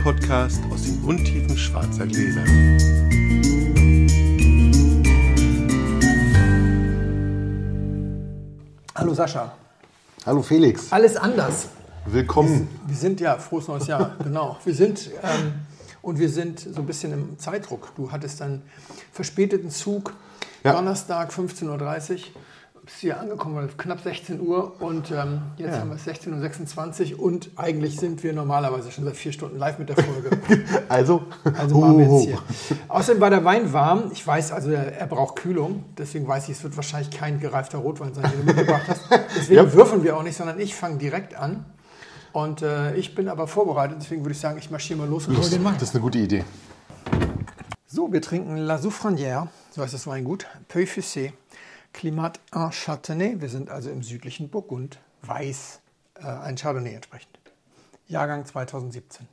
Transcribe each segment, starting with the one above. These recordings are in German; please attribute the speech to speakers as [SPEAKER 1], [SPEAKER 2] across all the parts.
[SPEAKER 1] Podcast aus den Untiefen schwarzer Gläser.
[SPEAKER 2] Hallo Sascha.
[SPEAKER 3] Hallo Felix.
[SPEAKER 2] Alles anders.
[SPEAKER 3] Willkommen.
[SPEAKER 2] Wir sind ja, frohes neues Jahr, genau. Wir sind so ein bisschen im Zeitdruck. Du hattest einen verspäteten Zug, ja. Donnerstag 15.30 Uhr. Bist hier angekommen, knapp 16 Uhr und jetzt haben wir es 16.26 Uhr und eigentlich sind wir normalerweise schon seit 4 Stunden live mit der Folge.
[SPEAKER 3] Also
[SPEAKER 2] waren wir jetzt hier. Außerdem war der Wein warm. Ich weiß, also er braucht Kühlung. Deswegen weiß ich, es wird wahrscheinlich kein gereifter Rotwein sein, den du mitgebracht hast. Deswegen würfeln wir auch nicht, sondern ich fange direkt an. Und ich bin aber vorbereitet, deswegen würde ich sagen, ich marschiere mal los und hole den Wein.
[SPEAKER 3] Das ist eine gute Idee.
[SPEAKER 2] So, wir trinken La Soufranière, so heißt das Weingut, Peu Fussé, Climat en Châtenay. Wir sind also im südlichen Burgund, weiß, ein Chardonnay entsprechend. Jahrgang 2017.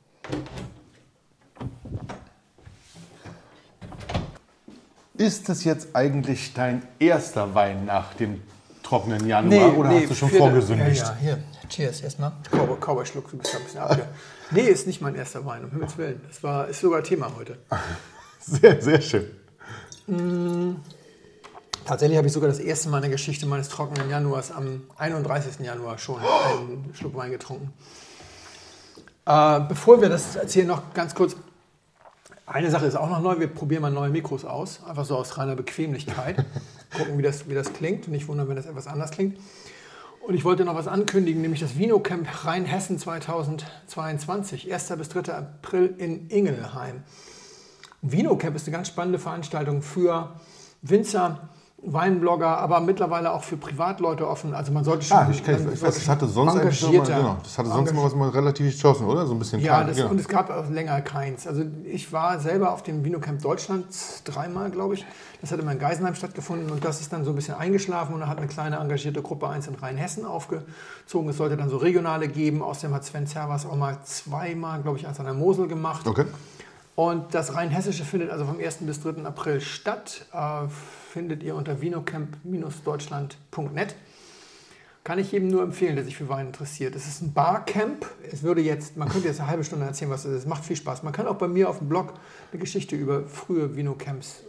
[SPEAKER 3] Ist das jetzt eigentlich dein erster Wein nach dem trockenen Januar oder hast du schon vorgesündigt?
[SPEAKER 2] Ja, hier. Cheers erstmal. Cowboy-Schluck, du bist ein bisschen abge... Nee, ist nicht mein erster Wein, um Himmels Willen. Ist sogar Thema heute.
[SPEAKER 3] Sehr, sehr schön.
[SPEAKER 2] Tatsächlich habe ich sogar das erste Mal in der Geschichte meines trockenen Januars am 31. Januar schon einen Schluck Wein getrunken. Bevor wir das erzählen, noch ganz kurz. Eine Sache ist auch noch neu. Wir probieren mal neue Mikros aus. Einfach so aus reiner Bequemlichkeit. Gucken, wie das klingt. Nicht wundern, wenn das etwas anders klingt. Und ich wollte noch was ankündigen, nämlich das Vinocamp Rheinhessen 2022. 1. bis 3. April in Ingelheim. Vinocamp ist eine ganz spannende Veranstaltung für Winzer, Weinblogger, aber mittlerweile auch für Privatleute offen. Also man sollte schon...
[SPEAKER 3] das hatte sonst mal relativ Chancen, oder? So ein bisschen
[SPEAKER 2] und es gab auch länger keins. Also ich war selber auf dem Vinocamp Deutschland 3-mal, glaube ich. Das hat immer in Geisenheim stattgefunden und das ist dann so ein bisschen eingeschlafen und da hat eine kleine engagierte Gruppe 1 in Rheinhessen aufgezogen. Es sollte dann so regionale geben. Außerdem hat Sven Zervas auch mal 2-mal, glaube ich, eins an der Mosel gemacht.
[SPEAKER 3] Okay.
[SPEAKER 2] Und das Rheinhessische findet also vom 1. bis 3. April statt. Findet ihr unter vinocamp-deutschland.net. Kann ich jedem nur empfehlen, der sich für Wein interessiert. Es ist ein Barcamp. Man könnte jetzt eine halbe Stunde erzählen, was es ist. Es macht viel Spaß. Man kann auch bei mir auf dem Blog eine Geschichte über frühe Vinocamps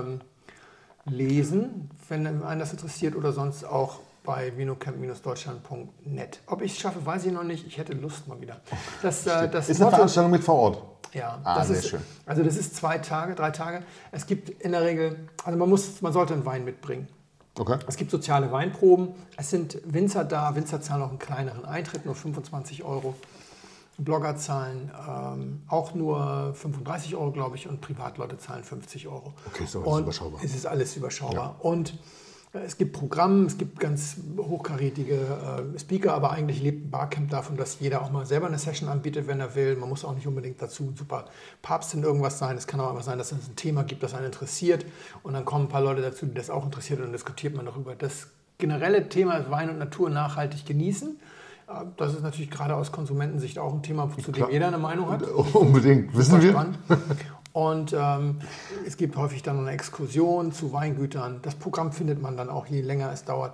[SPEAKER 2] lesen, wenn einen das interessiert, oder sonst auch bei vinocamp-deutschland.net. Ob ich es schaffe, weiß ich noch nicht. Ich hätte Lust mal wieder.
[SPEAKER 3] Das ist eine Veranstaltung mit vor Ort?
[SPEAKER 2] Ja,
[SPEAKER 3] sehr schön.
[SPEAKER 2] Also das ist 3 Tage. Es gibt in der Regel, also man sollte einen Wein mitbringen.
[SPEAKER 3] Okay.
[SPEAKER 2] Es gibt soziale Weinproben. Es sind Winzer da. Winzer zahlen auch einen kleineren Eintritt, nur 25 €. Blogger zahlen auch nur 35 €, glaube ich, und Privatleute zahlen 50 €.
[SPEAKER 3] Okay, ist alles überschaubar.
[SPEAKER 2] Es ist alles überschaubar.
[SPEAKER 3] Ja.
[SPEAKER 2] Und es gibt Programme, es gibt ganz hochkarätige Speaker, aber eigentlich lebt ein Barcamp davon, dass jeder auch mal selber eine Session anbietet, wenn er will. Man muss auch nicht unbedingt dazu ein super Papst in irgendwas sein. Es kann auch einfach sein, dass es ein Thema gibt, das einen interessiert und dann kommen ein paar Leute dazu, die das auch interessiert und dann diskutiert man darüber. Das generelle Thema ist Wein und Natur nachhaltig genießen. Das ist natürlich gerade aus Konsumentensicht auch ein Thema, zu dem jeder eine Meinung hat.
[SPEAKER 3] Unbedingt, wissen wir.
[SPEAKER 2] Spannend. Und es gibt häufig dann eine Exkursion zu Weingütern. Das Programm findet man dann auch, je länger es dauert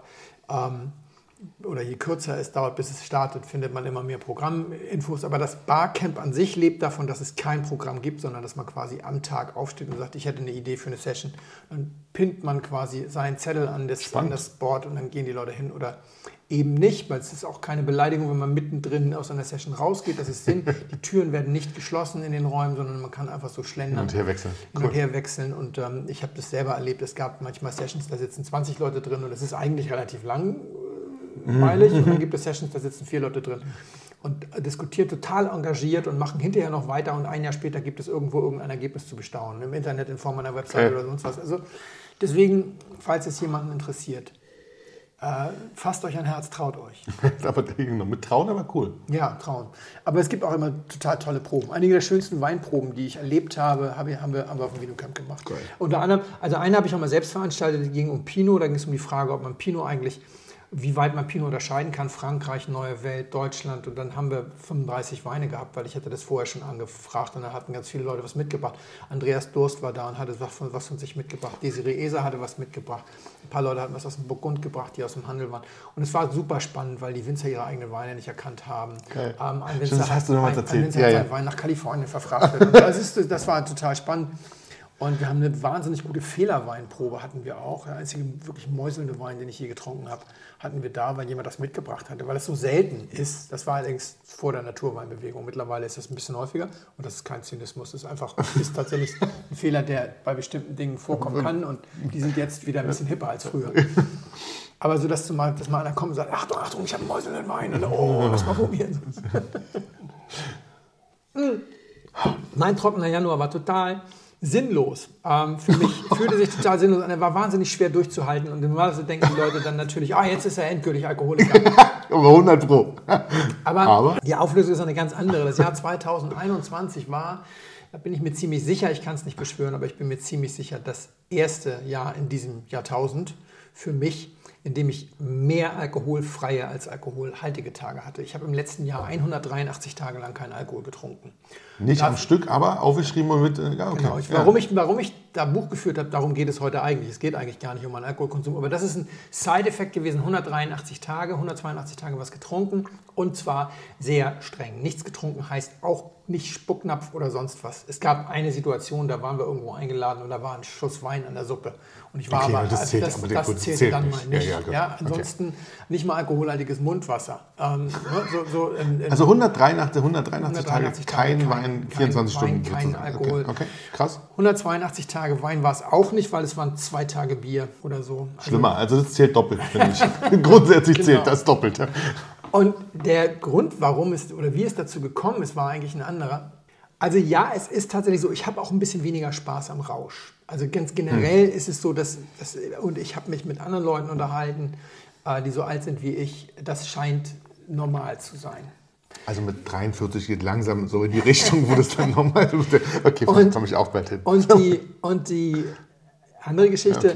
[SPEAKER 2] oder je kürzer es dauert, bis es startet, findet man immer mehr Programminfos. Aber das Barcamp an sich lebt davon, dass es kein Programm gibt, sondern dass man quasi am Tag aufsteht und sagt, ich hätte eine Idee für eine Session. Dann pinnt man quasi seinen Zettel an das Board und dann gehen die Leute hin oder eben nicht, weil es ist auch keine Beleidigung, wenn man mittendrin aus einer Session rausgeht. Das ist Sinn. Die Türen werden nicht geschlossen in den Räumen, sondern man kann einfach so schlendern.
[SPEAKER 3] Hin
[SPEAKER 2] und her wechseln. Und ich habe das selber erlebt. Es gab manchmal Sessions, da sitzen 20 Leute drin und das ist eigentlich relativ langweilig. Und dann gibt es Sessions, da sitzen 4 Leute drin und diskutieren total engagiert und machen hinterher noch weiter. Und ein Jahr später gibt es irgendwo irgendein Ergebnis zu bestaunen. Im Internet, in Form einer Website oder sonst was. Also deswegen, falls es jemanden interessiert, fasst euch ein Herz, traut euch.
[SPEAKER 3] Aber mit Trauen, aber cool.
[SPEAKER 2] Ja, trauen. Aber es gibt auch immer total tolle Proben. Einige der schönsten Weinproben, die ich erlebt habe, haben wir auf dem Vinocamp gemacht.
[SPEAKER 3] Geil.
[SPEAKER 2] Unter anderem, also eine habe ich auch mal selbst veranstaltet, die ging um Pinot. Da ging es um die Frage, ob man Pinot eigentlich wie weit man Pinot unterscheiden kann. Frankreich, Neue Welt, Deutschland. Und dann haben wir 35 Weine gehabt, weil ich hatte das vorher schon angefragt. Und dann hatten ganz viele Leute was mitgebracht. Andreas Durst war da und hatte was von sich mitgebracht. Desiree Eser hatte was mitgebracht. Ein paar Leute hatten was aus dem Burgund gebracht, die aus dem Handel waren. Und es war super spannend, weil die Winzer ihre eigenen Weine nicht erkannt haben.
[SPEAKER 3] Okay.
[SPEAKER 2] Ein Winzer
[SPEAKER 3] das hast du noch mal erzählt.
[SPEAKER 2] Ein Winzer hat seinen Wein nach Kalifornien verfrachtet. Und das war total spannend. Und wir haben eine wahnsinnig gute Fehlerweinprobe, hatten wir auch. Der einzige wirklich mäuselnde Wein, den ich je getrunken habe, hatten wir da, weil jemand das mitgebracht hatte. Weil es so selten ist. Das war allerdings vor der Naturweinbewegung. Mittlerweile ist das ein bisschen häufiger. Und das ist kein Zynismus. Das ist tatsächlich ein Fehler, der bei bestimmten Dingen vorkommen kann. Und die sind jetzt wieder ein bisschen hipper als früher. Aber so, dass mal einer kommt und sagt, Achtung, Achtung, ich habe einen mäuselnden Wein. Und lass mal probieren. Mein trockener Januar war total sinnlos. Für mich fühlte sich total sinnlos an. Er war wahnsinnig schwer durchzuhalten. Und normalerweise denken die Leute dann natürlich, jetzt ist er endgültig Alkoholiker.
[SPEAKER 3] Aber 100 Pro.
[SPEAKER 2] Aber die Auflösung ist eine ganz andere. Das Jahr 2021 war, da bin ich mir ziemlich sicher, ich kann es nicht beschwören, aber ich bin mir ziemlich sicher, das erste Jahr in diesem Jahrtausend für mich, in dem ich mehr alkoholfreie als alkoholhaltige Tage hatte. Ich habe im letzten Jahr 183 Tage lang keinen Alkohol getrunken.
[SPEAKER 3] Nicht am Stück, aber aufgeschrieben und mit... Ja, okay.
[SPEAKER 2] Genau. Warum ich da Buch geführt habe, darum geht es heute eigentlich. Es geht eigentlich gar nicht um meinen Alkoholkonsum, aber das ist ein Side-Effekt gewesen. 182 Tage was getrunken und zwar sehr streng. Nichts getrunken heißt auch nicht Spucknapf oder sonst was. Es gab eine Situation, da waren wir irgendwo eingeladen und da war ein Schuss Wein an der Suppe. Und ich war
[SPEAKER 3] das zählte
[SPEAKER 2] dann mal nicht. Ansonsten nicht mal alkoholhaltiges Mundwasser.
[SPEAKER 3] Also 183 Tage kein Wein, 24 Stunden.
[SPEAKER 2] Kein Alkohol.
[SPEAKER 3] Okay, krass.
[SPEAKER 2] 182 Tage Wein war es auch nicht, weil es waren 2 Tage Bier oder so.
[SPEAKER 3] Schlimmer, also das zählt doppelt, finde ich. Grundsätzlich zählt das doppelt. Ja.
[SPEAKER 2] Und der Grund, warum es oder wie es dazu gekommen ist, war eigentlich ein anderer. Also ja, es ist tatsächlich so, ich habe auch ein bisschen weniger Spaß am Rausch. Also ganz generell ist es so, und ich habe mich mit anderen Leuten unterhalten, die so alt sind wie ich, das scheint normal zu sein.
[SPEAKER 3] Also mit 43 geht langsam so in die Richtung, wo das dann normal ist. Okay, vielleicht komme ich auch bald hin.
[SPEAKER 2] Und die andere Geschichte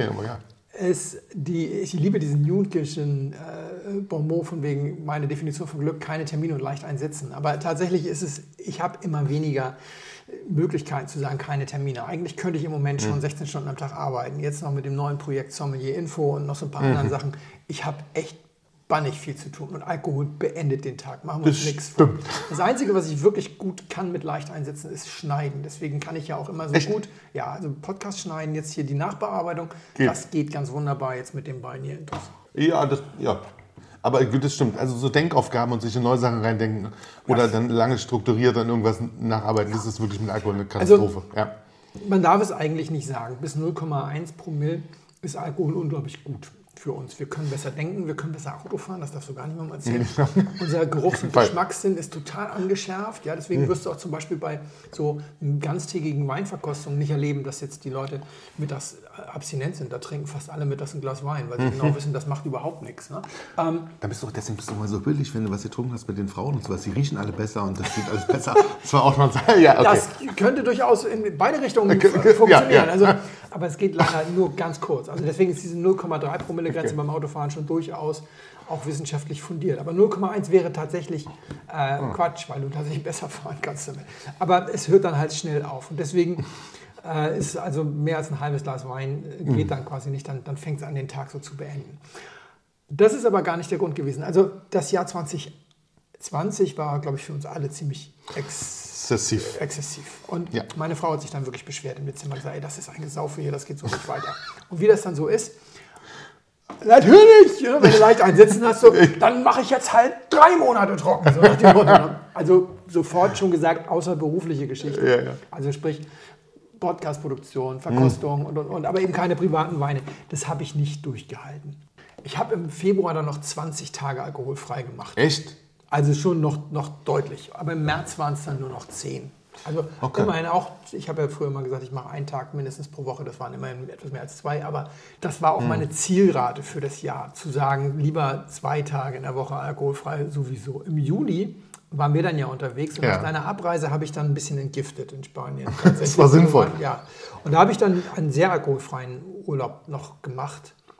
[SPEAKER 2] ist, ich liebe diesen Jugendlichen Bonmot von wegen, meine Definition von Glück, keine Termine und leicht einsetzen. Aber tatsächlich ist es, ich habe immer weniger Möglichkeiten zu sagen, keine Termine. Eigentlich könnte ich im Moment schon 16 Stunden am Tag arbeiten. Jetzt noch mit dem neuen Projekt Sommelier Info und noch so ein paar anderen Sachen. Ich habe echt bannig viel zu tun und Alkohol beendet den Tag. Machen wir uns nichts vor. Das Einzige, was ich wirklich gut kann mit leicht einsetzen, ist schneiden. Deswegen kann ich ja auch immer so gut, also Podcast schneiden, jetzt hier die Nachbearbeitung, das geht ganz wunderbar jetzt mit dem Bein hier in das.
[SPEAKER 3] Ja. Aber das stimmt. Also so Denkaufgaben und sich in neue Sachen reindenken oder dann lange strukturiert an irgendwas nacharbeiten, das ist wirklich mit Alkohol eine Katastrophe.
[SPEAKER 2] Also, man darf es eigentlich nicht sagen. Bis 0,1 Promille ist Alkohol unglaublich gut für uns. Wir können besser denken, wir können besser Auto fahren, das darfst du gar nicht mehr erzählen. Unser Geruchs- und Geschmackssinn ist total angeschärft. Ja, deswegen wirst du auch zum Beispiel bei so ganztägigen Weinverkostungen nicht erleben, dass jetzt die Leute mittags abstinent sind. Da trinken fast alle mittags ein Glas Wein, weil sie genau wissen, das macht überhaupt nichts. Ne?
[SPEAKER 3] Deswegen bist du mal so billig, wenn du was getrunken hast mit den Frauen und sowas. Die riechen alle besser und das sieht alles besser. Das war auch noch
[SPEAKER 2] Das könnte durchaus in beide Richtungen funktionieren.
[SPEAKER 3] Ja.
[SPEAKER 2] Also, aber es geht leider nur ganz kurz. Also deswegen ist diese 0,3 Promille Grenze beim Autofahren schon durchaus auch wissenschaftlich fundiert. Aber 0,1 wäre tatsächlich Quatsch, weil du tatsächlich besser fahren kannst damit. Aber es hört dann halt schnell auf. Und deswegen ist also mehr als ein halbes Glas Wein geht dann quasi nicht. Dann fängt es an, den Tag so zu beenden. Das ist aber gar nicht der Grund gewesen. Also das Jahr 2020 war, glaube ich, für uns alle ziemlich exzessiv. Und meine Frau hat sich dann wirklich beschwert im Dezember und gesagt, das ist ein Gesaufe hier, das geht so nicht weiter. Und wie das dann so ist, natürlich, wenn du leicht einsetzen hast, dann mache ich jetzt halt 3 Monate trocken. So nach dem Motto. Also sofort schon gesagt, außerberufliche Geschichte.
[SPEAKER 3] Ja.
[SPEAKER 2] Also sprich Podcast-Produktion, Verkostung und aber eben keine privaten Weine. Das habe ich nicht durchgehalten. Ich habe im Februar dann noch 20 Tage alkoholfrei gemacht.
[SPEAKER 3] Echt?
[SPEAKER 2] Also schon noch deutlich. Aber im März waren es dann nur noch 10. Also immerhin auch, ich habe ja früher mal gesagt, ich mache einen Tag mindestens pro Woche, das waren immerhin etwas mehr als 2, aber das war auch meine Zielrate für das Jahr, zu sagen, lieber 2 Tage in der Woche alkoholfrei sowieso. Im Juli waren wir dann ja unterwegs und nach deiner Abreise habe ich dann ein bisschen entgiftet in Spanien.
[SPEAKER 3] Das war sinnvoll.
[SPEAKER 2] Ja, und da habe ich dann einen sehr alkoholfreien Urlaub noch gemacht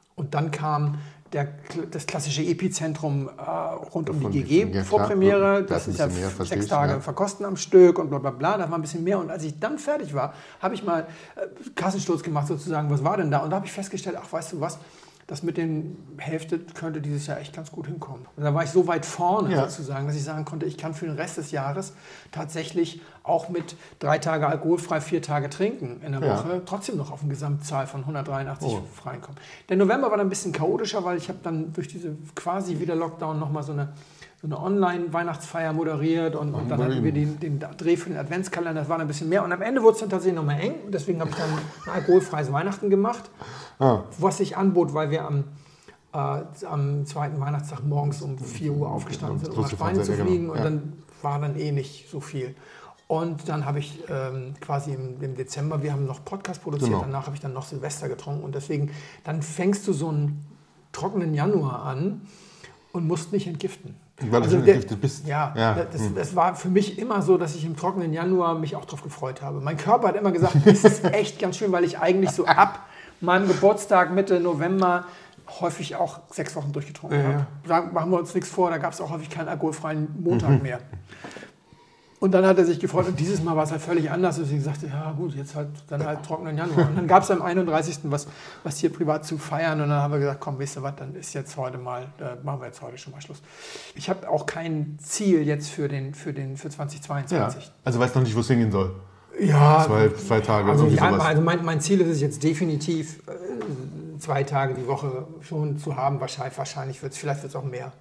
[SPEAKER 2] Und dann kam das klassische Epizentrum rund um die
[SPEAKER 3] Ja,
[SPEAKER 2] GG-Vorpremiere.
[SPEAKER 3] klar.
[SPEAKER 2] Das ist ja
[SPEAKER 3] ein bisschen mehr,
[SPEAKER 2] 6 Tage verkosten am Stück und bla bla bla. Das war ein bisschen mehr. Und als ich dann fertig war, habe ich mal Kassensturz gemacht sozusagen. Was war denn da? Und da habe ich festgestellt, ach, weißt du was? Das mit den Hälfte könnte dieses Jahr echt ganz gut hinkommen. Und da war ich so weit vorne sozusagen, dass ich sagen konnte, ich kann für den Rest des Jahres tatsächlich auch mit 3 Tage alkoholfrei 4 Tage trinken in der Woche trotzdem noch auf eine Gesamtzahl von 183 freien kommen. Der November war dann ein bisschen chaotischer, weil ich habe dann durch diese quasi wieder Lockdown nochmal so eine Online-Weihnachtsfeier moderiert und dann hatten wir den Dreh für den Adventskalender, das war dann ein bisschen mehr. Und am Ende wurde es dann tatsächlich nochmal eng. Deswegen habe ich dann ein alkoholfreies Weihnachten gemacht, was sich anbot, weil wir am zweiten Weihnachtstag morgens um 4 Uhr aufgestanden sind, um nach Spanien zu fliegen. Und dann war dann nicht so viel. Und dann habe ich quasi im Dezember, wir haben noch Podcast produziert, danach habe ich dann noch Silvester getrunken. Und deswegen, dann fängst du so einen trockenen Januar an und musst nicht entgiften.
[SPEAKER 3] Weil du entgiftet bist.
[SPEAKER 2] Das war für mich immer so, dass ich im trockenen Januar mich auch drauf gefreut habe. Mein Körper hat immer gesagt, das ist echt ganz schön, weil ich eigentlich so ab meinem Geburtstag Mitte November häufig auch 6 Wochen durchgetrunken habe. Machen wir uns nichts vor, da gab es auch häufig keinen alkoholfreien Montag mehr. Und dann hat er sich gefreut und dieses Mal war es halt völlig anders. Deswegen sagte ich, ja gut, jetzt dann halt trockenen Januar. Und dann gab es am 31. was hier privat zu feiern und dann haben wir gesagt, komm, weißt du was, dann ist jetzt heute mal, machen wir jetzt heute schon mal Schluss. Ich habe auch kein Ziel jetzt für 2022.
[SPEAKER 3] Ja. Also weißt noch nicht, wo es hingehen soll?
[SPEAKER 2] Ja.
[SPEAKER 3] 2 Tage.
[SPEAKER 2] Also mein Ziel ist es jetzt definitiv, 2 Tage die Woche schon zu haben. Vielleicht wird es auch mehr.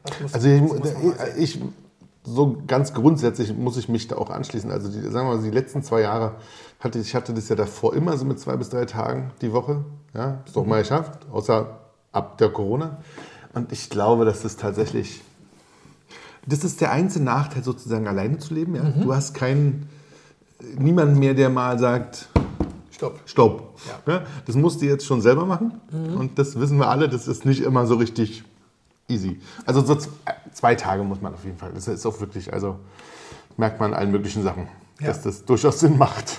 [SPEAKER 3] So ganz grundsätzlich muss ich mich da auch anschließen. Also sagen wir mal, die letzten 2 Jahre hatte das ja davor immer so mit 2 bis 3 Tagen die Woche. Ja, ist doch mal geschafft, außer ab der Corona. Und ich glaube, dass das tatsächlich, das ist der einzige Nachteil sozusagen, alleine zu leben. Ja? Du hast niemanden mehr, der mal sagt, Stopp. Ja? Das musst du jetzt schon selber machen. Und das wissen wir alle, das ist nicht immer so richtig easy. Also so 2 Tage muss man auf jeden Fall. Das ist auch wirklich, also merkt man in allen möglichen Sachen, dass das durchaus Sinn macht.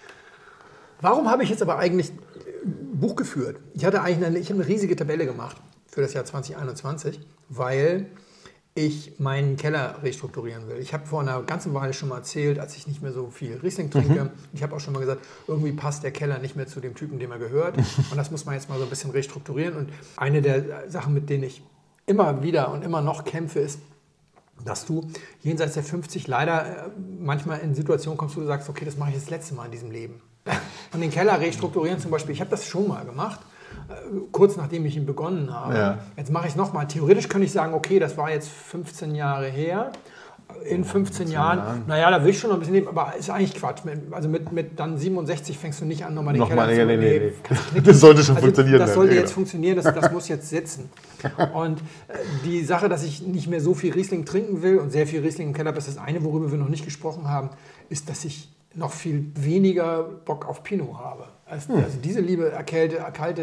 [SPEAKER 2] Warum habe ich jetzt aber eigentlich ein Buch geführt? Ich habe eine riesige Tabelle gemacht für das Jahr 2021, weil ich meinen Keller restrukturieren will. Ich habe vor einer ganzen Weile schon mal erzählt, als ich nicht mehr so viel Riesling trinke. Ich habe auch schon mal gesagt, irgendwie passt der Keller nicht mehr zu dem Typen, dem er gehört. Und das muss man jetzt mal so ein bisschen restrukturieren. Und eine der Sachen, mit denen ich immer wieder und immer noch kämpfe, ist, dass du jenseits der 50 leider manchmal in Situationen kommst, wo du sagst, okay, das mache ich das letzte Mal in diesem Leben. Und den Keller restrukturieren zum Beispiel, ich habe das schon mal gemacht, kurz nachdem ich ihn begonnen habe. Ja. Jetzt mache ich es nochmal. Theoretisch könnte ich sagen, okay, das war jetzt 15 Jahre her. In 15 Jahren, naja, da will ich schon noch ein bisschen leben, aber ist eigentlich Quatsch. Also mit dann 67 fängst du nicht an, nochmal den Keller zu nehmen.
[SPEAKER 3] Das sollte schon funktionieren.
[SPEAKER 2] Das sollte jetzt funktionieren, das muss jetzt sitzen. Und die Sache, dass ich nicht mehr so viel Riesling trinken will und sehr viel Riesling im Keller habe, ist das eine, worüber wir noch nicht gesprochen haben, ist, dass ich noch viel weniger Bock auf Pinot habe. Also diese Liebe erkältet,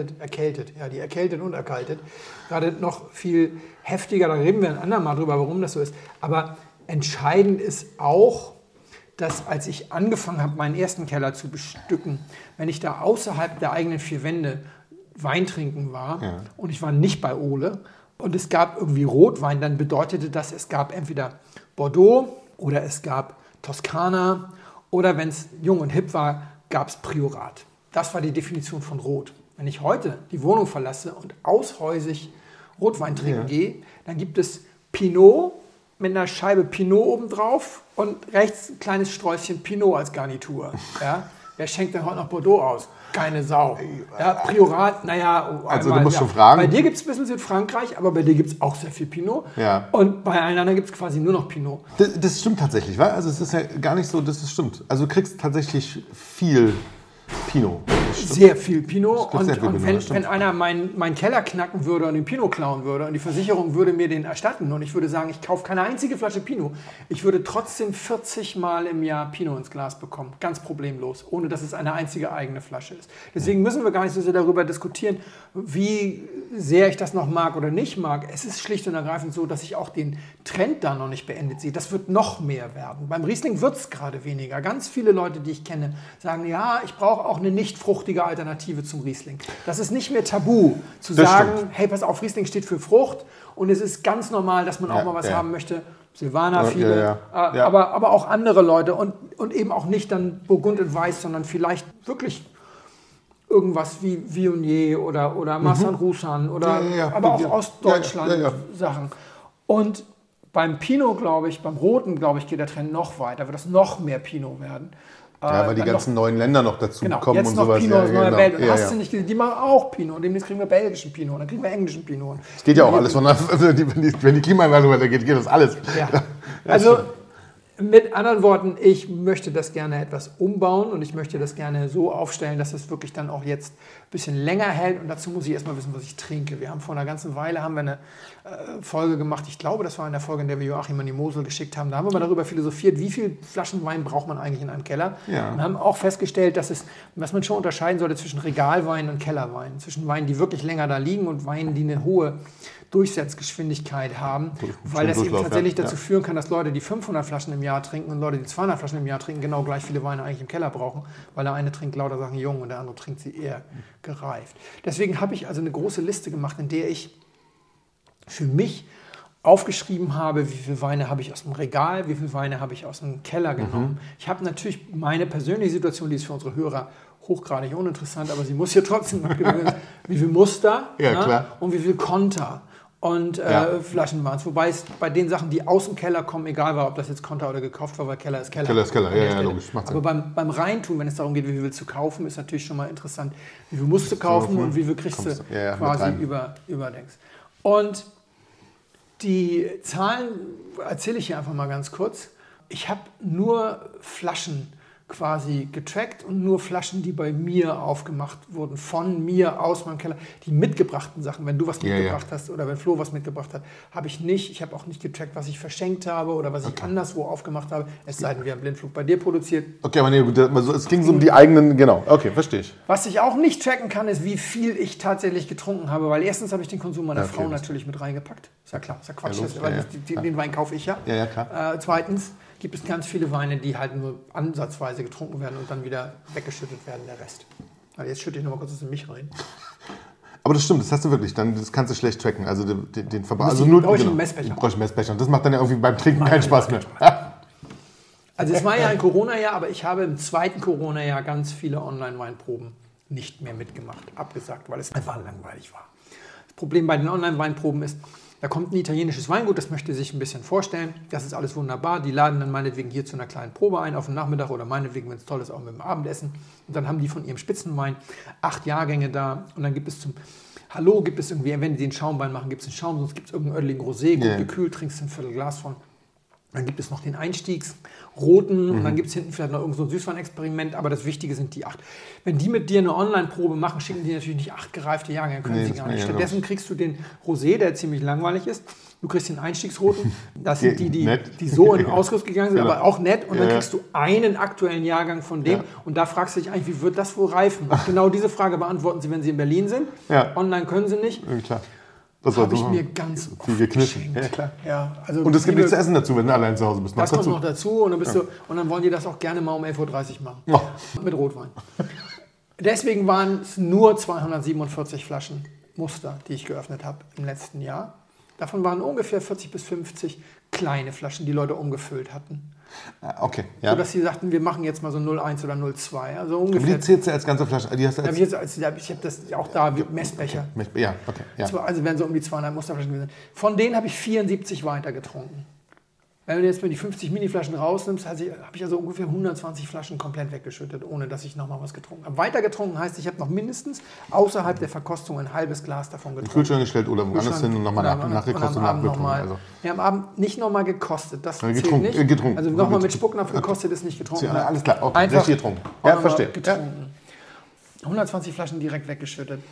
[SPEAKER 2] und erkaltet, gerade noch viel heftiger, da reden wir ein andermal drüber, warum das so ist. Aber entscheidend ist auch, dass als ich angefangen habe, meinen ersten Keller zu bestücken, wenn ich da außerhalb der eigenen 4 Wände Wein trinken war und ich war nicht bei Ole und es gab irgendwie Rotwein, dann bedeutete das, es gab entweder Bordeaux oder es gab Toskana oder wenn es jung und hip war, gab es Priorat. Das war die Definition von Rot. Wenn ich heute die Wohnung verlasse und aushäusig Rotwein trinken gehe, dann gibt es Pinot mit einer Scheibe Pinot obendrauf und rechts ein kleines Sträußchen Pinot als Garnitur. Ja? Wer schenkt denn heute noch Bordeaux aus? Keine Sau. Ja, Priorat, naja.
[SPEAKER 3] Also du musst schon fragen.
[SPEAKER 2] Bei dir gibt es ein bisschen Südfrankreich, aber bei dir gibt es auch sehr viel Pinot.
[SPEAKER 3] Ja.
[SPEAKER 2] Und bei allen anderen gibt es quasi nur noch Pinot.
[SPEAKER 3] Das stimmt tatsächlich, weil also es ist ja gar nicht so, dass es stimmt. Also du kriegst tatsächlich viel Pinot.
[SPEAKER 2] Sehr viel Pinot. Und wenn einer meinen Keller knacken würde und den Pinot klauen würde und die Versicherung würde mir den erstatten und ich würde sagen, ich kaufe keine einzige Flasche Pinot, ich würde trotzdem 40 Mal im Jahr Pinot ins Glas bekommen. Ganz problemlos, ohne dass es eine einzige eigene Flasche ist. Deswegen müssen wir gar nicht so sehr darüber diskutieren, wie sehr ich das noch mag oder nicht mag. Es ist schlicht und ergreifend so, dass ich auch den Trend da noch nicht beendet sehe. Das wird noch mehr werden. Beim Riesling wird es gerade weniger. Ganz viele Leute, die ich kenne, sagen, ja, ich brauche auch eine nicht fruchtige Alternative zum Riesling. Das ist nicht mehr tabu, zu
[SPEAKER 3] Das
[SPEAKER 2] sagen,
[SPEAKER 3] stimmt.
[SPEAKER 2] hey, pass auf, Riesling steht für Frucht und es ist ganz normal, dass man auch mal was haben möchte. Silvaner, viele, aber auch andere Leute und eben auch nicht dann Burgund und Weiß, sondern vielleicht wirklich irgendwas wie Viognier oder Marsan Roussan oder aber auch Ostdeutschland Sachen. Und beim Pinot, glaube ich, beim Roten, glaube ich, geht der Trend noch weiter, wird das noch mehr Pinot werden.
[SPEAKER 3] Ja, weil die ganzen neuen Länder noch dazu kommen
[SPEAKER 2] jetzt
[SPEAKER 3] und
[SPEAKER 2] noch
[SPEAKER 3] sowas.
[SPEAKER 2] Pinot aus neuer Welt. Und hast du
[SPEAKER 3] ja.
[SPEAKER 2] nicht gesehen, die machen auch Pinot. Und demnächst kriegen wir belgischen Pinot, und dann kriegen wir englischen Pinot.
[SPEAKER 3] Es geht ja auch alles, wenn die Klimaanlage weitergeht, geht das alles.
[SPEAKER 2] Ja. Also mit anderen Worten, ich möchte das gerne etwas umbauen und ich möchte das gerne so aufstellen, dass es wirklich dann auch jetzt ein bisschen länger hält. Und dazu muss ich erstmal wissen, was ich trinke. Wir haben vor einer ganzen Weile eine Folge gemacht. Ich glaube, das war in der Folge, in der wir Joachim an die Mosel geschickt haben. Da haben wir mal darüber philosophiert, wie viel Flaschen Wein braucht man eigentlich in einem Keller. Ja. Und haben auch festgestellt, dass man schon unterscheiden sollte zwischen Regalwein und Kellerwein. Zwischen Weinen, die wirklich länger da liegen und Weinen, die eine hohe Durchsetzgeschwindigkeit haben, weil das eben tatsächlich dazu führen kann, dass Leute, die 500 Flaschen im Jahr trinken und Leute, die 200 Flaschen im Jahr trinken, genau gleich viele Weine eigentlich im Keller brauchen, weil der eine trinkt lauter Sachen jung und der andere trinkt sie eher gereift. Deswegen habe ich also eine große Liste gemacht, in der ich für mich aufgeschrieben habe, wie viele Weine habe ich aus dem Regal, wie viele Weine habe ich aus dem Keller genommen. Ich habe natürlich meine persönliche Situation, die ist für unsere Hörer hochgradig uninteressant, aber sie muss hier trotzdem noch gewöhnen, wie viel Muster
[SPEAKER 3] klar.
[SPEAKER 2] Und wie viel Konter. Und Flaschen waren es. Wobei es bei den Sachen, die aus dem Keller kommen, egal war, ob das jetzt Konter oder gekauft war, weil Keller ist Keller.
[SPEAKER 3] Keller ist Keller, ja, logisch.
[SPEAKER 2] Macht aber beim Reintun, wenn es darum geht, wie viel willst du kaufen, ist natürlich schon mal interessant, wie viel musst du kaufen und wie viel kriegst du quasi überdenkst. Und die Zahlen erzähle ich hier einfach mal ganz kurz. Ich habe nur Flaschen quasi getrackt und nur Flaschen, die bei mir aufgemacht wurden, von mir aus meinem Keller. Die mitgebrachten Sachen, wenn du was mitgebracht hast oder wenn Flo was mitgebracht hat, habe ich nicht. Ich habe auch nicht getrackt, was ich verschenkt habe oder was ich anderswo aufgemacht habe, es sei denn, wir haben Blindflug bei dir produziert.
[SPEAKER 3] Okay, aber nee, es ging so um die eigenen, genau. Okay, verstehe ich.
[SPEAKER 2] Was ich auch nicht tracken kann, ist, wie viel ich tatsächlich getrunken habe, weil erstens habe ich den Konsum meiner Frau natürlich mit reingepackt. Ist ja klar, ist ja Quatsch, weil den Wein kaufe ich ja. Ja, klar. Zweitens gibt es ganz viele Weine, die halt nur ansatzweise getrunken werden und dann wieder weggeschüttet werden, der Rest. Aber jetzt schütte ich nochmal kurz in mich rein.
[SPEAKER 3] Aber das stimmt, das hast du wirklich, das kannst du schlecht tracken. Also den Verbrauch.
[SPEAKER 2] Also nur brauche ich einen Messbecher.
[SPEAKER 3] Brauche ich einen Messbecher. Und das macht dann ja irgendwie beim Trinken keinen Spaß mehr.
[SPEAKER 2] Also es war ja ein Corona-Jahr, aber ich habe im zweiten Corona-Jahr ganz viele Online-Weinproben nicht mehr mitgemacht, abgesagt, weil es einfach langweilig war. Das Problem bei den Online-Weinproben ist, da kommt ein italienisches Weingut, das möchte sich ein bisschen vorstellen. Das ist alles wunderbar. Die laden dann meinetwegen hier zu einer kleinen Probe ein auf den Nachmittag oder meinetwegen, wenn es toll ist, auch mit dem Abendessen. Und dann haben die von ihrem Spitzenwein 8 Jahrgänge da. Und dann gibt es irgendwie, wenn die den Schaumwein machen, gibt es einen Schaum, sonst gibt es irgendeinen ödeligen Rosé, gut gekühlt, trinkst du ein Viertelglas von. Dann gibt es noch den Einstiegsroten und dann gibt es hinten vielleicht noch irgend so ein Süßwein-Experiment, aber das Wichtige sind die 8. Wenn die mit dir eine Online-Probe machen, schicken die natürlich nicht 8 gereifte Jahrgänge, können sie gar nicht. Stattdessen kriegst du den Rosé, der ziemlich langweilig ist. Du kriegst den Einstiegsroten, das sind die so in den Ausguss gegangen sind, aber auch nett. Und dann kriegst du einen aktuellen Jahrgang von dem und da fragst du dich eigentlich, wie wird das wohl reifen? Und genau diese Frage beantworten sie, wenn sie in Berlin sind. Online können sie nicht.
[SPEAKER 3] Klar.
[SPEAKER 2] Das habe ich mir ganz
[SPEAKER 3] viel gekniffen.
[SPEAKER 2] Ja, klar. Ja, also
[SPEAKER 3] und es gibt nichts zu essen dazu, wenn du allein zu Hause bist.
[SPEAKER 2] Das kommt noch dazu und dann wollen die das auch gerne mal um 11.30 Uhr machen. Oh. Mit Rotwein. Deswegen waren es nur 247 Flaschen Muster, die ich geöffnet habe im letzten Jahr. Davon waren ungefähr 40 bis 50 kleine Flaschen, die Leute umgefüllt hatten.
[SPEAKER 3] Okay, ja.
[SPEAKER 2] So dass sie sagten, wir machen jetzt mal so 0,1 oder 0,2. Also ungefähr.
[SPEAKER 3] Aber die zählst du als ganze Flasche? Die hast du
[SPEAKER 2] ich habe das auch da, Messbecher.
[SPEAKER 3] Ja, okay. Ja.
[SPEAKER 2] Also werden so um die 200 Musterflaschen gewesen. Von denen habe ich 74 weiter getrunken. Wenn du jetzt mal die 50 Miniflaschen rausnimmst, habe ich also ungefähr 120 Flaschen komplett weggeschüttet, ohne dass ich nochmal was getrunken habe. Weiter getrunken heißt, ich habe noch mindestens außerhalb der Verkostung ein halbes Glas davon getrunken.
[SPEAKER 3] Kühlschrank gestellt oder woanders hin und nochmal nachgekostet und nachgetrunken.
[SPEAKER 2] Wir haben am Abend nicht nochmal gekostet, das zählt nicht.
[SPEAKER 3] Getrunken.
[SPEAKER 2] Also nochmal mit Spucknapf gekostet ist nicht getrunken.
[SPEAKER 3] Ja, alles klar, okay.
[SPEAKER 2] Einfach
[SPEAKER 3] getrunken. Ja, verstehe.
[SPEAKER 2] Getrunken. 120 Flaschen direkt weggeschüttet.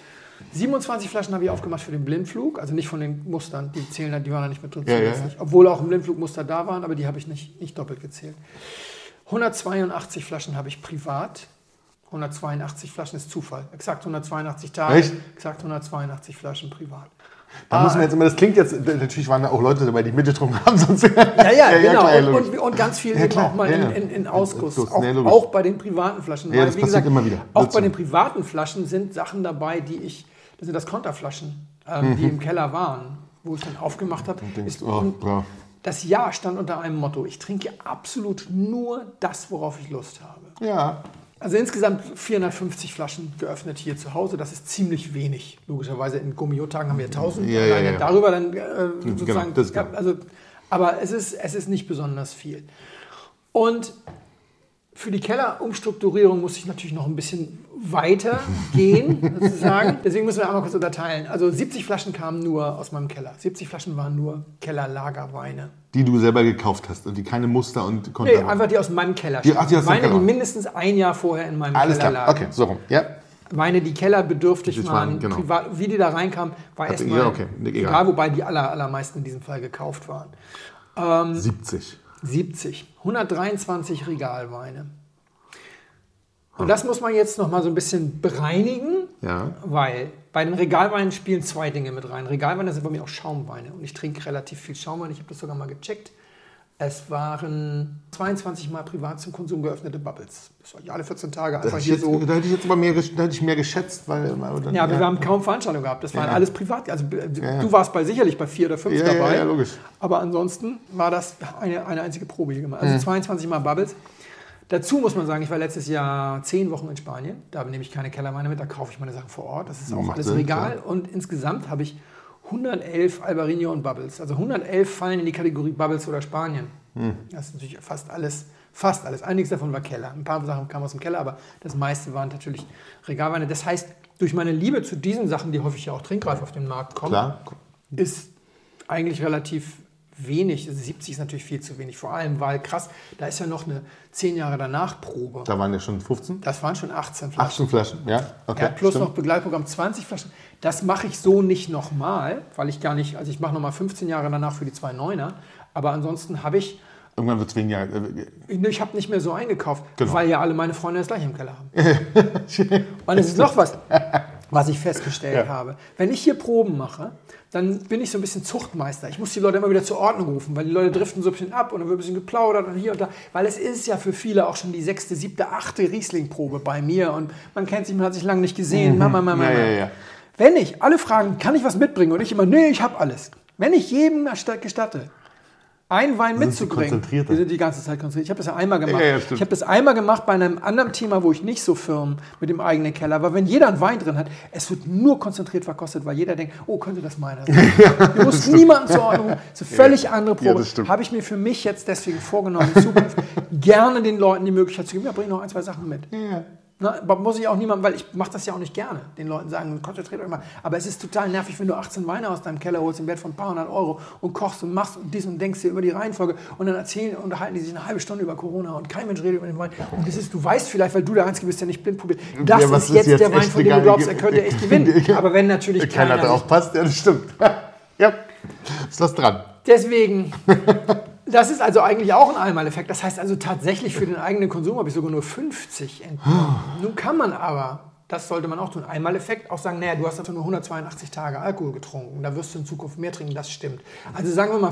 [SPEAKER 2] 27 Flaschen habe ich aufgemacht für den Blindflug, also nicht von den Mustern, die zählen, die waren da nicht mit drin, nicht. Obwohl auch im Blindflug Muster da waren, aber die habe ich nicht doppelt gezählt. 182 Flaschen habe ich privat 182 Flaschen ist Zufall. Exakt 182 Tage,
[SPEAKER 3] Echt?
[SPEAKER 2] exakt 182 Flaschen privat.
[SPEAKER 3] Da muss man jetzt immer, das klingt jetzt, natürlich waren da auch Leute dabei, die mitgetrunken haben, sonst
[SPEAKER 2] Ja, genau.
[SPEAKER 3] klar, logisch.
[SPEAKER 2] Und ganz viel
[SPEAKER 3] Ja,
[SPEAKER 2] eben
[SPEAKER 3] klar.
[SPEAKER 2] auch mal
[SPEAKER 3] Ja,
[SPEAKER 2] in Ausguss.
[SPEAKER 3] Ausguss. Nee, logisch.
[SPEAKER 2] Auch bei den privaten Flaschen.
[SPEAKER 3] Ja, das
[SPEAKER 2] wie
[SPEAKER 3] passiert
[SPEAKER 2] gesagt,
[SPEAKER 3] immer wieder.
[SPEAKER 2] auch
[SPEAKER 3] Dazu.
[SPEAKER 2] bei den privaten Flaschen sind Sachen dabei, das sind das Konterflaschen, die im Keller waren, wo ich dann aufgemacht habe. Das Jahr stand unter einem Motto: Ich trinke absolut nur das, worauf ich Lust habe.
[SPEAKER 3] Ja.
[SPEAKER 2] Also insgesamt 450 Flaschen geöffnet hier zu Hause. Das ist ziemlich wenig. Logischerweise in Gummio-Tagen haben wir 1000.
[SPEAKER 3] Ja.
[SPEAKER 2] Darüber dann sozusagen.
[SPEAKER 3] Genau.
[SPEAKER 2] Also, aber es ist nicht besonders viel. Und für die Kellerumstrukturierung muss ich natürlich noch ein bisschen weiter gehen, sozusagen. Deswegen müssen wir einmal kurz unterteilen. Also 70 Flaschen kamen nur aus meinem Keller. 70 Flaschen waren nur Kellerlagerweine.
[SPEAKER 3] Die du selber gekauft hast und die keine Muster und Konter.
[SPEAKER 2] Nee, einfach die aus meinem Keller
[SPEAKER 3] Die aus dem
[SPEAKER 2] Weine,
[SPEAKER 3] Keller.
[SPEAKER 2] die mindestens ein Jahr vorher in meinem
[SPEAKER 3] Alles
[SPEAKER 2] Keller
[SPEAKER 3] klar,
[SPEAKER 2] lagen.
[SPEAKER 3] okay, so rum. Ja.
[SPEAKER 2] Weine, die kellerbedürftig waren,
[SPEAKER 3] genau.
[SPEAKER 2] privat, wie die da reinkamen, war erstmal
[SPEAKER 3] egal.
[SPEAKER 2] egal, wobei die allermeisten in diesem Fall gekauft waren.
[SPEAKER 3] 70.
[SPEAKER 2] 123 Regalweine. Und das muss man jetzt noch mal so ein bisschen bereinigen, weil bei den Regalweinen spielen zwei Dinge mit rein. Regalweine sind bei mir auch Schaumweine und ich trinke relativ viel Schaumwein. Ich habe das sogar mal gecheckt. Es waren 22 Mal privat zum Konsum geöffnete Bubbles. Das war alle 14 Tage einfach hier so.
[SPEAKER 3] Da hätte ich jetzt aber mehr geschätzt, weil... Dann,
[SPEAKER 2] ja, wir haben kaum Veranstaltungen gehabt. Das waren alles privat. Also du warst sicherlich bei 4 oder 5 dabei.
[SPEAKER 3] Ja, logisch.
[SPEAKER 2] Aber ansonsten war das eine einzige Probe hier gemacht. Also 22 Mal Bubbles. Dazu muss man sagen, ich war letztes Jahr 10 Wochen in Spanien. Da nehme ich keine Kellerweine mit, da kaufe ich meine Sachen vor Ort. Das ist auch alles Regal. Klar. Und insgesamt habe ich 111 Albarino und Bubbles. Also 111 fallen in die Kategorie Bubbles oder Spanien. Das ist natürlich fast alles. Einiges davon war Keller. Ein paar Sachen kamen aus dem Keller, aber das meiste waren natürlich Regalweine. Das heißt, durch meine Liebe zu diesen Sachen, die häufig ja auch trinkreif auf den Markt kommen, ist eigentlich relativ wenig. Also 70 ist natürlich viel zu wenig. Vor allem, weil krass, da ist ja noch eine 10 Jahre danach Probe.
[SPEAKER 3] Da waren ja schon 15?
[SPEAKER 2] Das waren schon 18 Flaschen.
[SPEAKER 3] 18 Flaschen, ja. Okay,
[SPEAKER 2] ja, plus noch Begleitprogramm 20 Flaschen. Das mache ich so nicht nochmal, weil ich gar nicht, also ich mache nochmal 15 Jahre danach für die 2 Neuner, aber ansonsten habe ich...
[SPEAKER 3] Irgendwann wird es weniger...
[SPEAKER 2] Ich habe nicht mehr so eingekauft, weil ja alle meine Freunde das gleiche im Keller haben. Und es ist noch was ich festgestellt habe. Wenn ich hier Proben mache, dann bin ich so ein bisschen Zuchtmeister. Ich muss die Leute immer wieder zur Ordnung rufen, weil die Leute driften so ein bisschen ab und dann wird ein bisschen geplaudert und hier und da. Weil es ist ja für viele auch schon die 6., 7., 8. Riesling-Probe bei mir und man kennt sich, man hat sich lange nicht gesehen.
[SPEAKER 3] Ja.
[SPEAKER 2] Wenn ich alle fragen, kann ich was mitbringen? Und ich immer, nee, ich habe alles. Wenn ich jedem gestatte, einen Wein mitzubringen, wir sind die ganze Zeit konzentriert. Ich habe das ja einmal gemacht. Ich habe das einmal gemacht bei einem anderen Thema, wo ich nicht so firm mit dem eigenen Keller. Aber wenn jeder einen Wein drin hat, es wird nur konzentriert verkostet, weil jeder denkt, oh, könnte das meiner sein. Du musst niemanden zur Ordnung. Das ist eine völlig andere Probe. Habe ich mir für mich jetzt deswegen vorgenommen, in Zukunft gerne den Leuten die Möglichkeit zu geben, ja, bring noch 1, 2 Sachen mit.
[SPEAKER 3] Ja.
[SPEAKER 2] Na, muss ich auch niemandem, weil ich mache das ja auch nicht gerne, den Leuten sagen, konzentriert euch mal. Aber es ist total nervig, wenn du 18 Weine aus deinem Keller holst im Wert von ein paar hundert Euro und kochst und machst und dies und denkst dir über die Reihenfolge und dann unterhalten die sich eine halbe Stunde über Corona und kein Mensch redet über den Wein. Und das ist, du weißt vielleicht, weil du der Einzige bist, der nicht blind probiert. Das ist jetzt der Wein, von dem du glaubst, er könnte echt gewinnen. Aber wenn natürlich
[SPEAKER 3] keiner drauf passt, ja, das stimmt. Ja, ist was dran.
[SPEAKER 2] Deswegen... Das ist also eigentlich auch ein Einmaleffekt. Das heißt also tatsächlich für den eigenen Konsum habe ich sogar nur 50 entnommen. Nun kann man aber, das sollte man auch tun, Einmaleffekt auch sagen, naja, du hast dafür nur 182 Tage Alkohol getrunken, da wirst du in Zukunft mehr trinken, das stimmt. Also sagen wir mal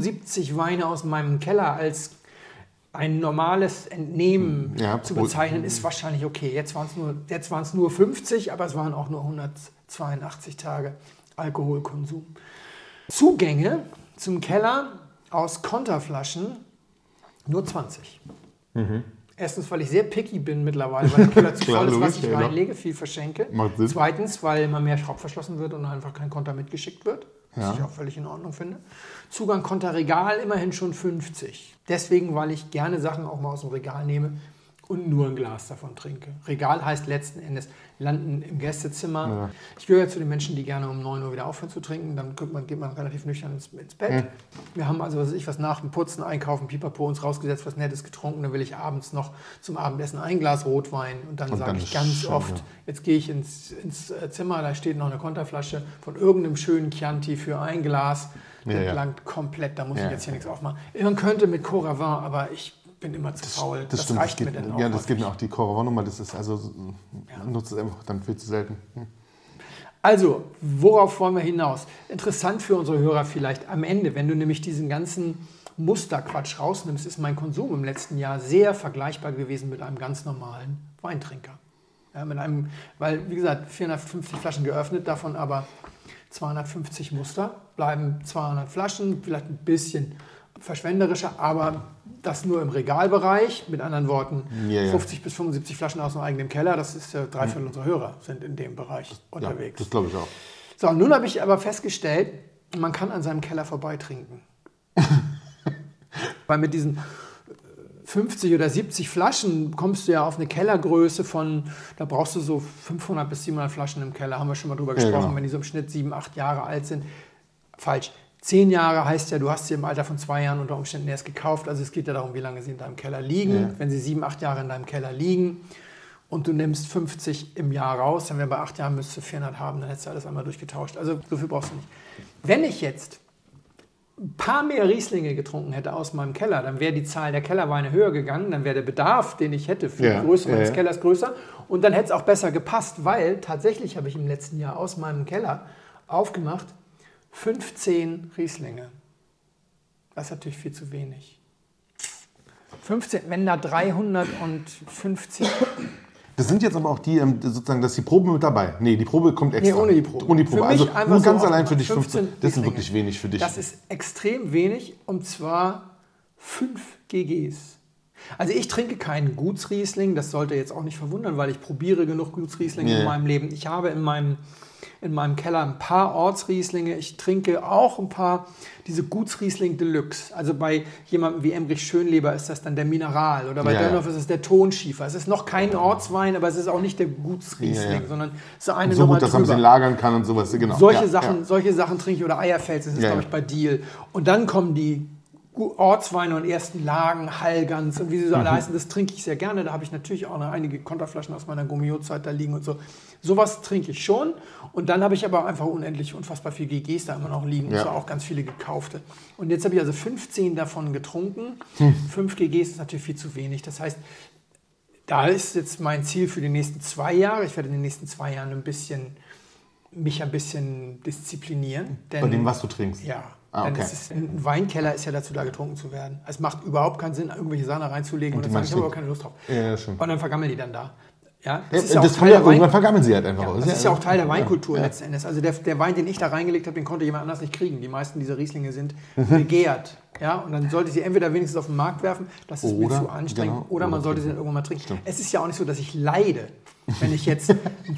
[SPEAKER 2] 75 Weine aus meinem Keller als ein normales Entnehmen zu bezeichnen, ist wahrscheinlich okay. Jetzt waren es nur 50, aber es waren auch nur 182 Tage Alkoholkonsum. Zugänge zum Keller aus Konterflaschen nur 20. Erstens, weil ich sehr picky bin mittlerweile, weil der Keller zu voll ist, was ich reinlege, viel verschenke. Zweitens, weil immer mehr Schraub verschlossen wird und einfach kein Konter mitgeschickt wird, was ich auch völlig in Ordnung finde. Zugang Konterregal immerhin schon 50. Deswegen, weil ich gerne Sachen auch mal aus dem Regal nehme und nur ein Glas davon trinke. Regal heißt letzten Endes landen im Gästezimmer. Ja. Ich gehöre zu den Menschen, die gerne um 9 Uhr wieder aufhören zu trinken. Dann geht man relativ nüchtern ins Bett. Wir haben also was nach dem Putzen, Einkaufen, Pipapo uns rausgesetzt, was Nettes getrunken. Dann will ich abends noch zum Abendessen ein Glas Rotwein. Und dann sage ich ganz oft, jetzt gehe ich ins Zimmer, da steht noch eine Konterflasche von irgendeinem schönen Chianti für ein Glas. Das langt komplett, da muss ich jetzt hier nichts aufmachen. Man könnte mit Coravin, aber ich bin immer zu faul.
[SPEAKER 3] Das stimmt,
[SPEAKER 2] reicht mir dann auch.
[SPEAKER 3] Ja, das geht mir auch. Die Coravon-Nummer, das ist also, man nutzt es einfach dann viel zu selten.
[SPEAKER 2] Also, worauf wollen wir hinaus? Interessant für unsere Hörer vielleicht am Ende, wenn du nämlich diesen ganzen Musterquatsch rausnimmst, ist mein Konsum im letzten Jahr sehr vergleichbar gewesen mit einem ganz normalen Weintrinker. Ja, weil, wie gesagt, 450 Flaschen geöffnet, davon aber 250 Muster, bleiben 200 Flaschen, vielleicht ein bisschen verschwenderischer, aber das nur im Regalbereich. Mit anderen Worten, 50 bis 75 Flaschen aus dem eigenen Keller, das ist 3/4 unserer Hörer sind in dem Bereich unterwegs.
[SPEAKER 3] Das glaube ich auch.
[SPEAKER 2] So, und nun habe ich aber festgestellt, man kann an seinem Keller vorbeitrinken. Weil mit diesen 50 oder 70 Flaschen kommst du ja auf eine Kellergröße von, da brauchst du so 500 bis 700 Flaschen im Keller, haben wir schon mal drüber gesprochen, genau. Wenn die so im Schnitt 7, 8 Jahre alt sind. Falsch. 10 Jahre heißt ja, du hast sie im Alter von 2 Jahren unter Umständen erst gekauft. Also es geht ja darum, wie lange sie in deinem Keller liegen. Ja. Wenn sie 7, 8 Jahre in deinem Keller liegen und du nimmst 50 im Jahr raus, dann wäre bei 8 Jahren müsstest du 400 haben, dann hättest du alles einmal durchgetauscht. Also so viel brauchst du nicht. Wenn ich jetzt ein paar mehr Rieslinge getrunken hätte aus meinem Keller, dann wäre die Zahl der Kellerweine höher gegangen, dann wäre der Bedarf, den ich hätte für die Größe meines Kellers größer und dann hätte es auch besser gepasst, weil tatsächlich habe ich im letzten Jahr aus meinem Keller aufgemacht 15 Rieslinge. Das ist natürlich viel zu wenig. 15, wenn da 350...
[SPEAKER 3] Das sind jetzt aber auch die, sozusagen, dass die Probe mit dabei. Nee, die Probe kommt extra.
[SPEAKER 2] Nee, ohne die Probe.
[SPEAKER 3] Ohne die Probe.
[SPEAKER 2] Für mich
[SPEAKER 3] also nur
[SPEAKER 2] so
[SPEAKER 3] ganz allein für dich 15. Das
[SPEAKER 2] Rieslinge.
[SPEAKER 3] ist wirklich wenig für dich.
[SPEAKER 2] Das ist extrem wenig und zwar 5 GGs. Also ich trinke keinen Gutsriesling, das sollte jetzt auch nicht verwundern, weil ich probiere genug Gutsrieslinge in meinem Leben. Ich habe in meinem Keller ein paar Ortsrieslinge. Ich trinke auch ein paar diese Gutsriesling Deluxe. Also bei jemandem wie Emrich Schönleber ist das dann der Mineral oder bei Dönhoff ist es der Tonschiefer. Es ist noch kein Ortswein, aber es ist auch nicht der Gutsriesling, sondern es ist eine
[SPEAKER 3] so
[SPEAKER 2] Nummer
[SPEAKER 3] gut, dass man ein bisschen lagern kann und sowas. Genau.
[SPEAKER 2] Solche Sachen trinke ich oder Eierfels, das ist glaube ich bei Deal. Und dann kommen die Ortsweine und ersten Lagen, Hallgans und wie sie so alle heißen, das trinke ich sehr gerne. Da habe ich natürlich auch noch einige Konterflaschen aus meiner Gummio-Zeit da liegen und so. Sowas trinke ich schon. Und dann habe ich aber einfach unfassbar viel GGs da immer noch liegen. Und zwar auch ganz viele gekaufte. Und jetzt habe ich also 15 davon getrunken. 5 GGs ist natürlich viel zu wenig. Das heißt, da ist jetzt mein Ziel für die nächsten 2 Jahre. Ich werde in den nächsten 2 Jahren mich ein bisschen disziplinieren.
[SPEAKER 3] Bei dem, was du trinkst?
[SPEAKER 2] Ja. Denn ein Weinkeller ist ja dazu da, getrunken zu werden. Es macht überhaupt keinen Sinn, irgendwelche Sachen reinzulegen und dann sagen, ich habe aber keine Lust drauf.
[SPEAKER 3] Ja, schon.
[SPEAKER 2] Und dann vergammeln die dann da. Ja,
[SPEAKER 3] irgendwann vergammeln sie halt einfach.
[SPEAKER 2] Das ist ja auch Teil der Weinkultur letzten Endes. Also der Wein, den ich da reingelegt habe, den konnte jemand anders nicht kriegen. Die meisten dieser Rieslinge sind begehrt. Ja, und dann sollte sie entweder wenigstens auf den Markt werfen, das ist mir zu anstrengend, oder man sollte sie dann irgendwann mal trinken. Stimmt. Es ist ja auch nicht so, dass ich leide, wenn ich jetzt einen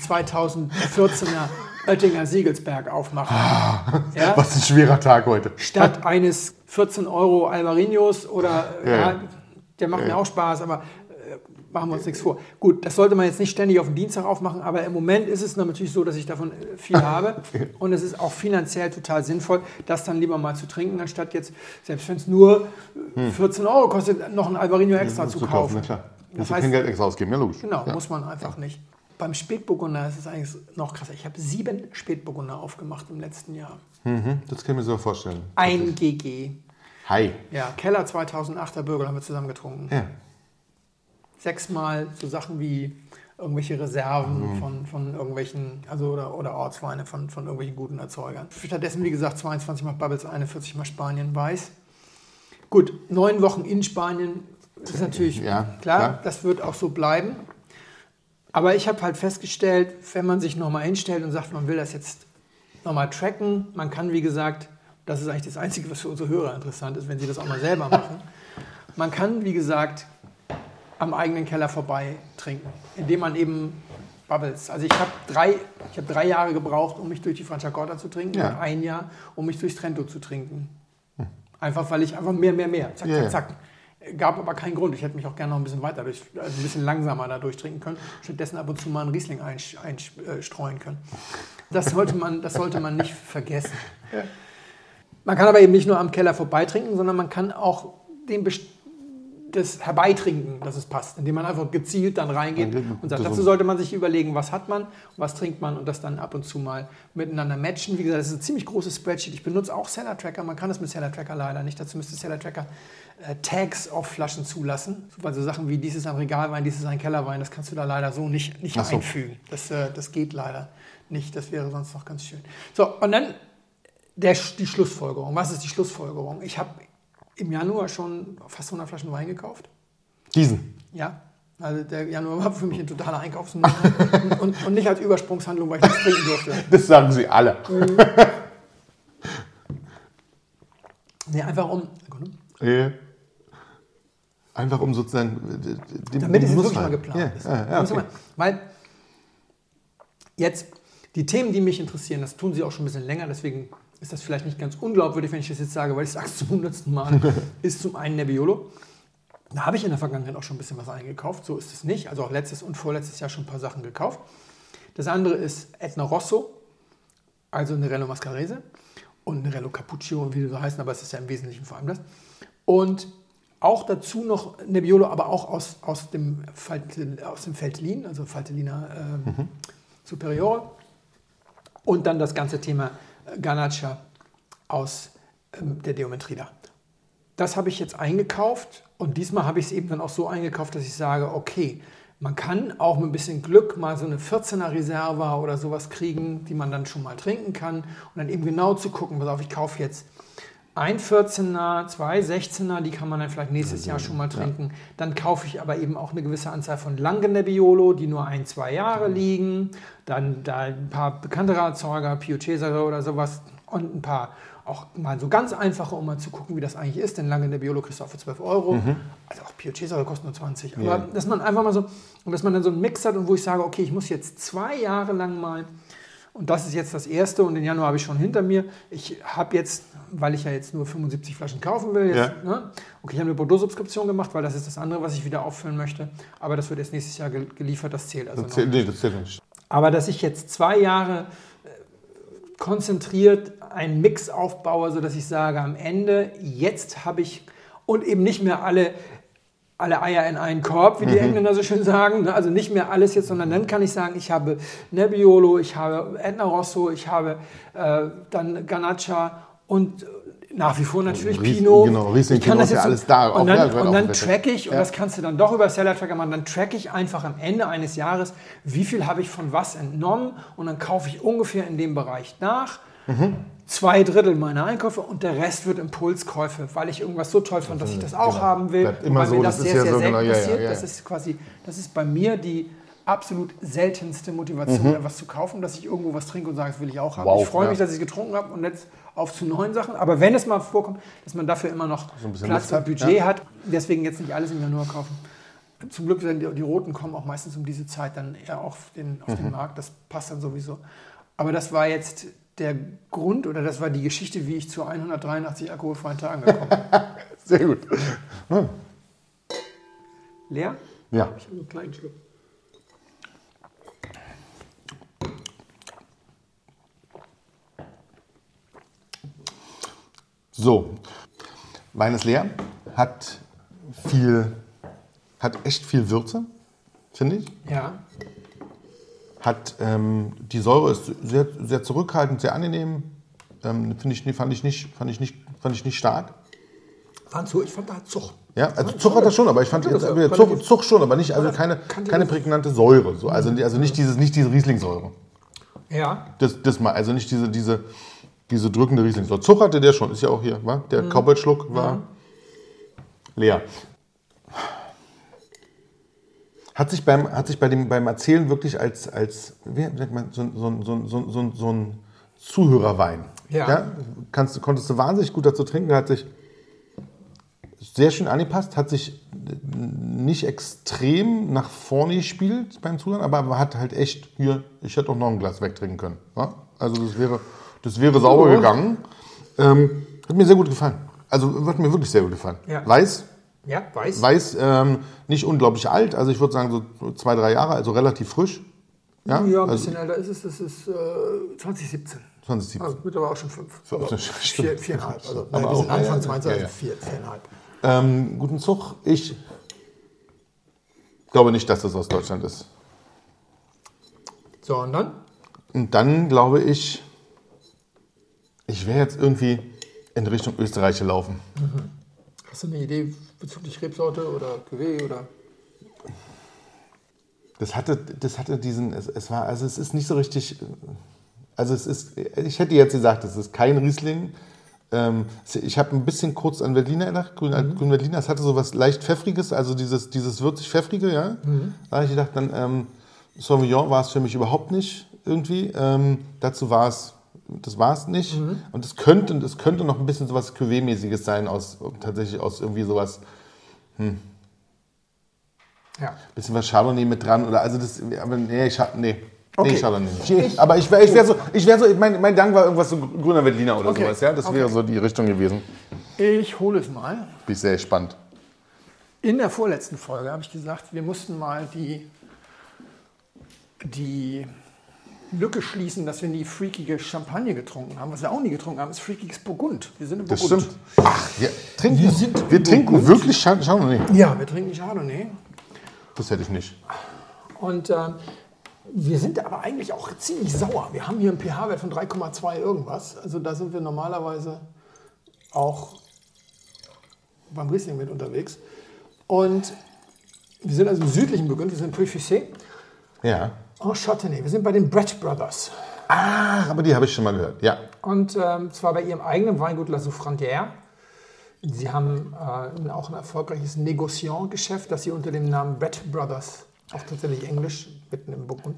[SPEAKER 2] 2014er Oettinger Siegelsberg aufmache. Ja?
[SPEAKER 3] Was ein schwerer Tag heute.
[SPEAKER 2] Statt eines 14 € Alvarinhos oder, der macht mir auch Spaß, aber machen wir uns nichts vor. Gut, das sollte man jetzt nicht ständig auf den Dienstag aufmachen, aber im Moment ist es natürlich so, dass ich davon viel habe und es ist auch finanziell total sinnvoll, das dann lieber mal zu trinken, anstatt jetzt, selbst wenn es nur 14 € kostet, noch ein Alvarinho extra zu kaufen.
[SPEAKER 3] Na klar. Das heißt, kein Geld extra ausgeben, ja logisch.
[SPEAKER 2] Genau, muss man einfach nicht. Beim Spätburgunder ist es eigentlich noch krasser. Ich habe 7 Spätburgunder aufgemacht im letzten Jahr.
[SPEAKER 3] Das kann ich mir so vorstellen.
[SPEAKER 2] Ein GG.
[SPEAKER 3] Hi.
[SPEAKER 2] Ja, Keller 2008er Bürgel haben wir zusammen getrunken.
[SPEAKER 3] Ja.
[SPEAKER 2] 6-mal so Sachen wie irgendwelche Reserven von irgendwelchen, also oder Ortsweine von irgendwelchen guten Erzeugern. Stattdessen, wie gesagt, 22 Mal Bubbles, 41 Mal Spanien Weiß. Gut, 9 Wochen in Spanien ist natürlich klar, das wird auch so bleiben. Aber ich habe halt festgestellt, wenn man sich nochmal hinstellt und sagt, man will das jetzt nochmal tracken, man kann, wie gesagt, das ist eigentlich das Einzige, was für unsere Hörer interessant ist, wenn sie das auch mal selber machen, man kann, wie gesagt, am eigenen Keller vorbei trinken, indem man eben Bubbles. Also ich habe 3 Jahre gebraucht, um mich durch die Franciacorta zu trinken und 1 Jahr, um mich durchs Trento zu trinken. Einfach, weil ich einfach mehr. Zack. Gab aber keinen Grund. Ich hätte mich auch gerne noch ein bisschen weiter ein bisschen langsamer da durchtrinken können. Stattdessen ab und zu mal einen Riesling einstreuen können. Das sollte man nicht vergessen. Ja. Man kann aber eben nicht nur am Keller vorbeitrinken, sondern man kann auch das herbeitrinken, dass es passt, indem man einfach gezielt dann reingeht und sagt, dazu sollte man sich überlegen, was hat man, was trinkt man und das dann ab und zu mal miteinander matchen. Wie gesagt, das ist ein ziemlich großes Spreadsheet. Ich benutze auch Cellar Tracker, man kann das mit Cellar Tracker leider nicht. Dazu müsste Cellar Tracker Tags auf Flaschen zulassen. Also Sachen wie, dies ist ein Regalwein, dies ist ein Kellerwein, das kannst du da leider so nicht einfügen. Das geht leider nicht, das wäre sonst noch ganz schön. So, und dann die Schlussfolgerung. Was ist die Schlussfolgerung? Ich habe im Januar schon fast 100 Flaschen Wein gekauft.
[SPEAKER 3] Diesen?
[SPEAKER 2] Ja, also der Januar war für mich ein totaler Einkaufsmonat und nicht als Übersprungshandlung, weil ich nichts trinken durfte.
[SPEAKER 3] Das sagen sie alle.
[SPEAKER 2] Nee, einfach um...
[SPEAKER 3] Einfach um sozusagen...
[SPEAKER 2] Damit es wirklich mal geplant ist. Okay. Weil jetzt die Themen, die mich interessieren, das tun sie auch schon ein bisschen länger, deswegen ist das vielleicht nicht ganz unglaubwürdig, wenn ich das jetzt sage, weil ich sage es zum 100. Mal, ist zum einen Nebbiolo. Da habe ich in der Vergangenheit auch schon ein bisschen was eingekauft, so ist es nicht. Also auch letztes und vorletztes Jahr schon ein paar Sachen gekauft. Das andere ist Etna Rosso, also Nerello Mascarese und Nerello Cappuccio, wie die so heißen, aber es ist ja im Wesentlichen vor allem das. Und auch dazu noch Nebbiolo, aber auch aus dem Veltlin, also Valtellina Superiore. Und dann das ganze Thema Garnacha aus der Deometrida. Das habe ich jetzt eingekauft und diesmal habe ich es eben dann auch so eingekauft, dass ich sage, okay, man kann auch mit ein bisschen Glück mal so eine 14er Reserva oder sowas kriegen, die man dann schon mal trinken kann und dann eben genau zu gucken, pass auf, ich kaufe jetzt ein 14er, zwei 16er, die kann man dann vielleicht nächstes Jahr schon mal trinken. Ja. Dann kaufe ich aber eben auch eine gewisse Anzahl von Lange Nebbiolo, die nur 1-2 Jahre liegen. Dann da ein paar bekanntere Erzeuger, Pio Cesare oder sowas. Und ein paar auch mal so ganz einfache, um mal zu gucken, wie das eigentlich ist. Denn Lange Nebbiolo kriegst du auch für 12 €. Also auch Pio Cesare kostet nur 20. Aber dass man einfach mal so, und dass man dann so einen Mix hat und wo ich sage, okay, ich muss jetzt 2 Jahre lang mal... Und das ist jetzt das erste und den Januar habe ich schon hinter mir. Ich habe jetzt, weil ich ja jetzt nur 75 Flaschen kaufen will, ich habe eine Bordeaux-Subskription gemacht, weil das ist das andere, was ich wieder auffüllen möchte. Aber das wird erst nächstes Jahr geliefert, das zählt also
[SPEAKER 3] das zählt nicht.
[SPEAKER 2] Aber dass ich jetzt 2 Jahre konzentriert einen Mix aufbaue, sodass ich sage, am Ende, jetzt habe ich, und eben nicht mehr alle Eier in einen Korb, wie die Engländer so schön sagen. Also nicht mehr alles jetzt, sondern dann kann ich sagen, ich habe Nebbiolo, ich habe Etna Rosso, ich habe dann Garnacha und nach wie vor natürlich Pinot.
[SPEAKER 3] Genau, Riesling,
[SPEAKER 2] Pinot ist ja
[SPEAKER 3] alles da.
[SPEAKER 2] Und dann track ich, und das kannst du dann doch über Cellar Tracker machen, dann track ich einfach am Ende eines Jahres, wie viel habe ich von was entnommen und dann kaufe ich ungefähr in dem Bereich nach. 2/3 meiner Einkäufe und der Rest wird Impulskäufe, weil ich irgendwas so toll fand, dass ich das auch haben will.
[SPEAKER 3] Bleibt immer
[SPEAKER 2] weil
[SPEAKER 3] so,
[SPEAKER 2] mir das sehr, sehr selten passiert.
[SPEAKER 3] Ja.
[SPEAKER 2] Das ist bei mir die absolut seltenste Motivation, etwas zu kaufen, dass ich irgendwo was trinke und sage, das will ich auch haben. Ich freue mich, dass ich es getrunken habe und jetzt auf zu neuen Sachen. Aber wenn es mal vorkommt, dass man dafür immer noch
[SPEAKER 3] so
[SPEAKER 2] Platz und Budget hat, deswegen jetzt nicht alles im Januar kaufen. Zum Glück, die Roten kommen auch meistens um diese Zeit dann eher auf den Markt. Das passt dann sowieso. Aber das war jetzt der Grund oder das war die Geschichte, wie ich zu 183 alkoholfreien Tagen gekommen bin.
[SPEAKER 3] Sehr gut.
[SPEAKER 2] Leer?
[SPEAKER 3] Ja.
[SPEAKER 2] Ich habe einen kleinen Schluck.
[SPEAKER 3] So, Wein ist leer, hat echt viel Würze, finde ich.
[SPEAKER 2] Ja.
[SPEAKER 3] Die Säure ist sehr, sehr zurückhaltend, sehr angenehm. Fand ich nicht stark.
[SPEAKER 2] Ich fand da Zucht.
[SPEAKER 3] Ja, also Zucht hat das schon, aber ich fand jetzt Zucht schon, aber nicht, also keine prägnante Säure. So. Also nicht diese Riesling-Säure.
[SPEAKER 2] Ja.
[SPEAKER 3] Das mal, also nicht diese drückende Riesling-Säure. Zucht hatte der schon, ist ja auch hier, wa? Der Cowboy-Schluck war leer. Hat sich beim Erzählen wirklich als wie nennt man, so ein Zuhörerwein. Ja? Konntest du wahnsinnig gut dazu trinken, hat sich sehr schön angepasst, hat sich nicht extrem nach vorne gespielt beim Zuhören, aber hat halt echt ich hätte auch noch ein Glas wegtrinken können. Ja? Also das wäre sauber gegangen. Hat mir sehr gut gefallen. Also hat mir wirklich sehr gut gefallen.
[SPEAKER 2] Ja.
[SPEAKER 3] Weiß.
[SPEAKER 2] Ja, weiß.
[SPEAKER 3] Weiß, nicht unglaublich alt, also ich würde sagen so 2-3 Jahre, also relativ frisch. Ja,
[SPEAKER 2] ein bisschen älter ist es, das ist 2017.
[SPEAKER 3] 2017.
[SPEAKER 2] Also mittlerweile auch schon 5. Also
[SPEAKER 3] 4,5.
[SPEAKER 2] Also wir sind Anfang 20, also 4,5.
[SPEAKER 3] Guten Zug. Ich glaube nicht, dass das aus Deutschland ist.
[SPEAKER 2] So, und dann?
[SPEAKER 3] Und dann glaube ich, ich werde jetzt irgendwie in Richtung Österreich laufen.
[SPEAKER 2] Hast du eine Idee bezüglich Rebsorte oder Cuvée oder?
[SPEAKER 3] Das hatte diesen, es ist nicht so richtig, ich hätte jetzt gesagt, es ist kein Riesling. Ich habe ein bisschen kurz an Veltliner gedacht, Grün Veltliner, es hatte so was leicht Pfeffriges, also dieses würzig-pfeffrige, ja. Da habe ich gedacht, dann Sauvignon war es für mich überhaupt nicht irgendwie. Dazu war es nicht. Und es könnte noch ein bisschen sowas Cuvée-mäßiges sein, tatsächlich aus irgendwie sowas,
[SPEAKER 2] Ja.
[SPEAKER 3] bisschen was Chardonnay mit dran, oder, also das, aber nee,
[SPEAKER 2] Okay.
[SPEAKER 3] Nee, Chardonnay nicht. Aber ich wäre so, mein Dank war irgendwas so grüner Veltliner oder sowas, ja, das wäre so die Richtung gewesen.
[SPEAKER 2] Ich hole es mal.
[SPEAKER 3] Bin ich sehr gespannt.
[SPEAKER 2] In der vorletzten Folge habe ich gesagt, wir mussten mal die Lücke schließen, dass wir nie freakige Champagner getrunken haben. Was wir auch nie getrunken haben, ist freakiges Burgund. Wir sind in
[SPEAKER 3] Das
[SPEAKER 2] Burgund.
[SPEAKER 3] stimmt. Ach, wir trinken wirklich Chardonnay.
[SPEAKER 2] Ja, wir trinken Chardonnay.
[SPEAKER 3] Das hätte ich nicht.
[SPEAKER 2] Und wir sind aber eigentlich auch ziemlich sauer. Wir haben hier einen pH-Wert von 3,2 irgendwas. Also da sind wir normalerweise auch beim Riesling mit unterwegs. Und wir sind also im südlichen Burgund, wir sind in Puy-Fissé.
[SPEAKER 3] Ja.
[SPEAKER 2] En Châtenay. Wir sind bei den Brett Brothers.
[SPEAKER 3] Ah, aber die habe ich schon mal gehört, ja.
[SPEAKER 2] Und zwar bei ihrem eigenen Weingut La Souffrandière. Sie haben auch ein erfolgreiches Negociant-Geschäft, das sie unter dem Namen Brett Brothers, auch tatsächlich Englisch, mitten im Burgund,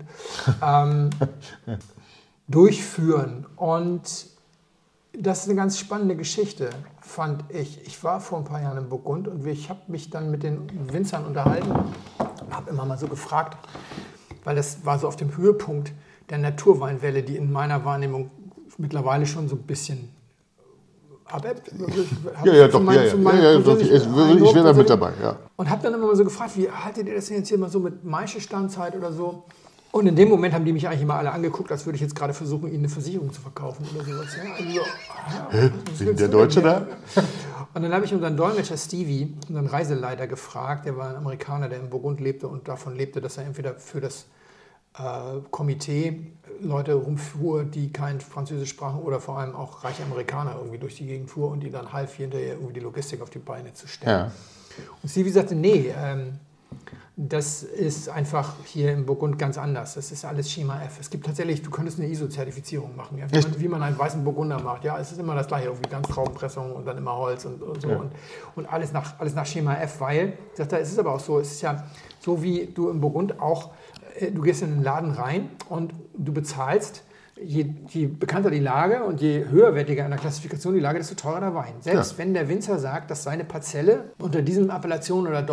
[SPEAKER 2] durchführen. Und das ist eine ganz spannende Geschichte, fand ich. Ich war vor ein paar Jahren im Burgund und ich habe mich dann mit den Winzern unterhalten und habe immer mal so gefragt, weil das war so auf dem Höhepunkt der Naturweinwelle, die in meiner Wahrnehmung mittlerweile schon so ein bisschen abebbt.
[SPEAKER 3] Ja, doch. Ich wäre da mit dabei, ja.
[SPEAKER 2] Und habe dann immer mal so gefragt, wie haltet ihr das denn jetzt hier mal so mit Maischestandzeit oder so? Und in dem Moment haben die mich eigentlich immer alle angeguckt, als würde ich jetzt gerade versuchen, ihnen eine Versicherung zu verkaufen oder sowas. Ja? Also so,
[SPEAKER 3] Sind der Deutsche da?
[SPEAKER 2] Und dann habe ich unseren Dolmetscher Stevie, unseren Reiseleiter, gefragt. Der war ein Amerikaner, der in Burgund lebte und davon lebte, dass er entweder für das Komitee Leute rumfuhr, die kein Französisch sprachen oder vor allem auch reiche Amerikaner irgendwie durch die Gegend fuhr und die dann half, hinterher irgendwie die Logistik auf die Beine zu stellen.
[SPEAKER 3] Ja.
[SPEAKER 2] Und Stevie sagte, nee, das ist einfach hier im Burgund ganz anders. Das ist alles Schema F. Es gibt tatsächlich, du könntest eine ISO-Zertifizierung machen, ja? Wie man einen weißen Burgunder macht. Ja, es ist immer das gleiche, irgendwie Ganztraubenpressung und dann immer Holz und so ja. und alles nach Schema F, weil, sagt er, es ist aber auch so, es ist ja so, wie du im Burgund auch, du gehst in einen Laden rein und du bezahlst, je bekannter die Lage und je höherwertiger in der Klassifikation die Lage, desto teurer der Wein. Selbst wenn der Winzer sagt, dass seine Parzelle unter diesem Appellation- oder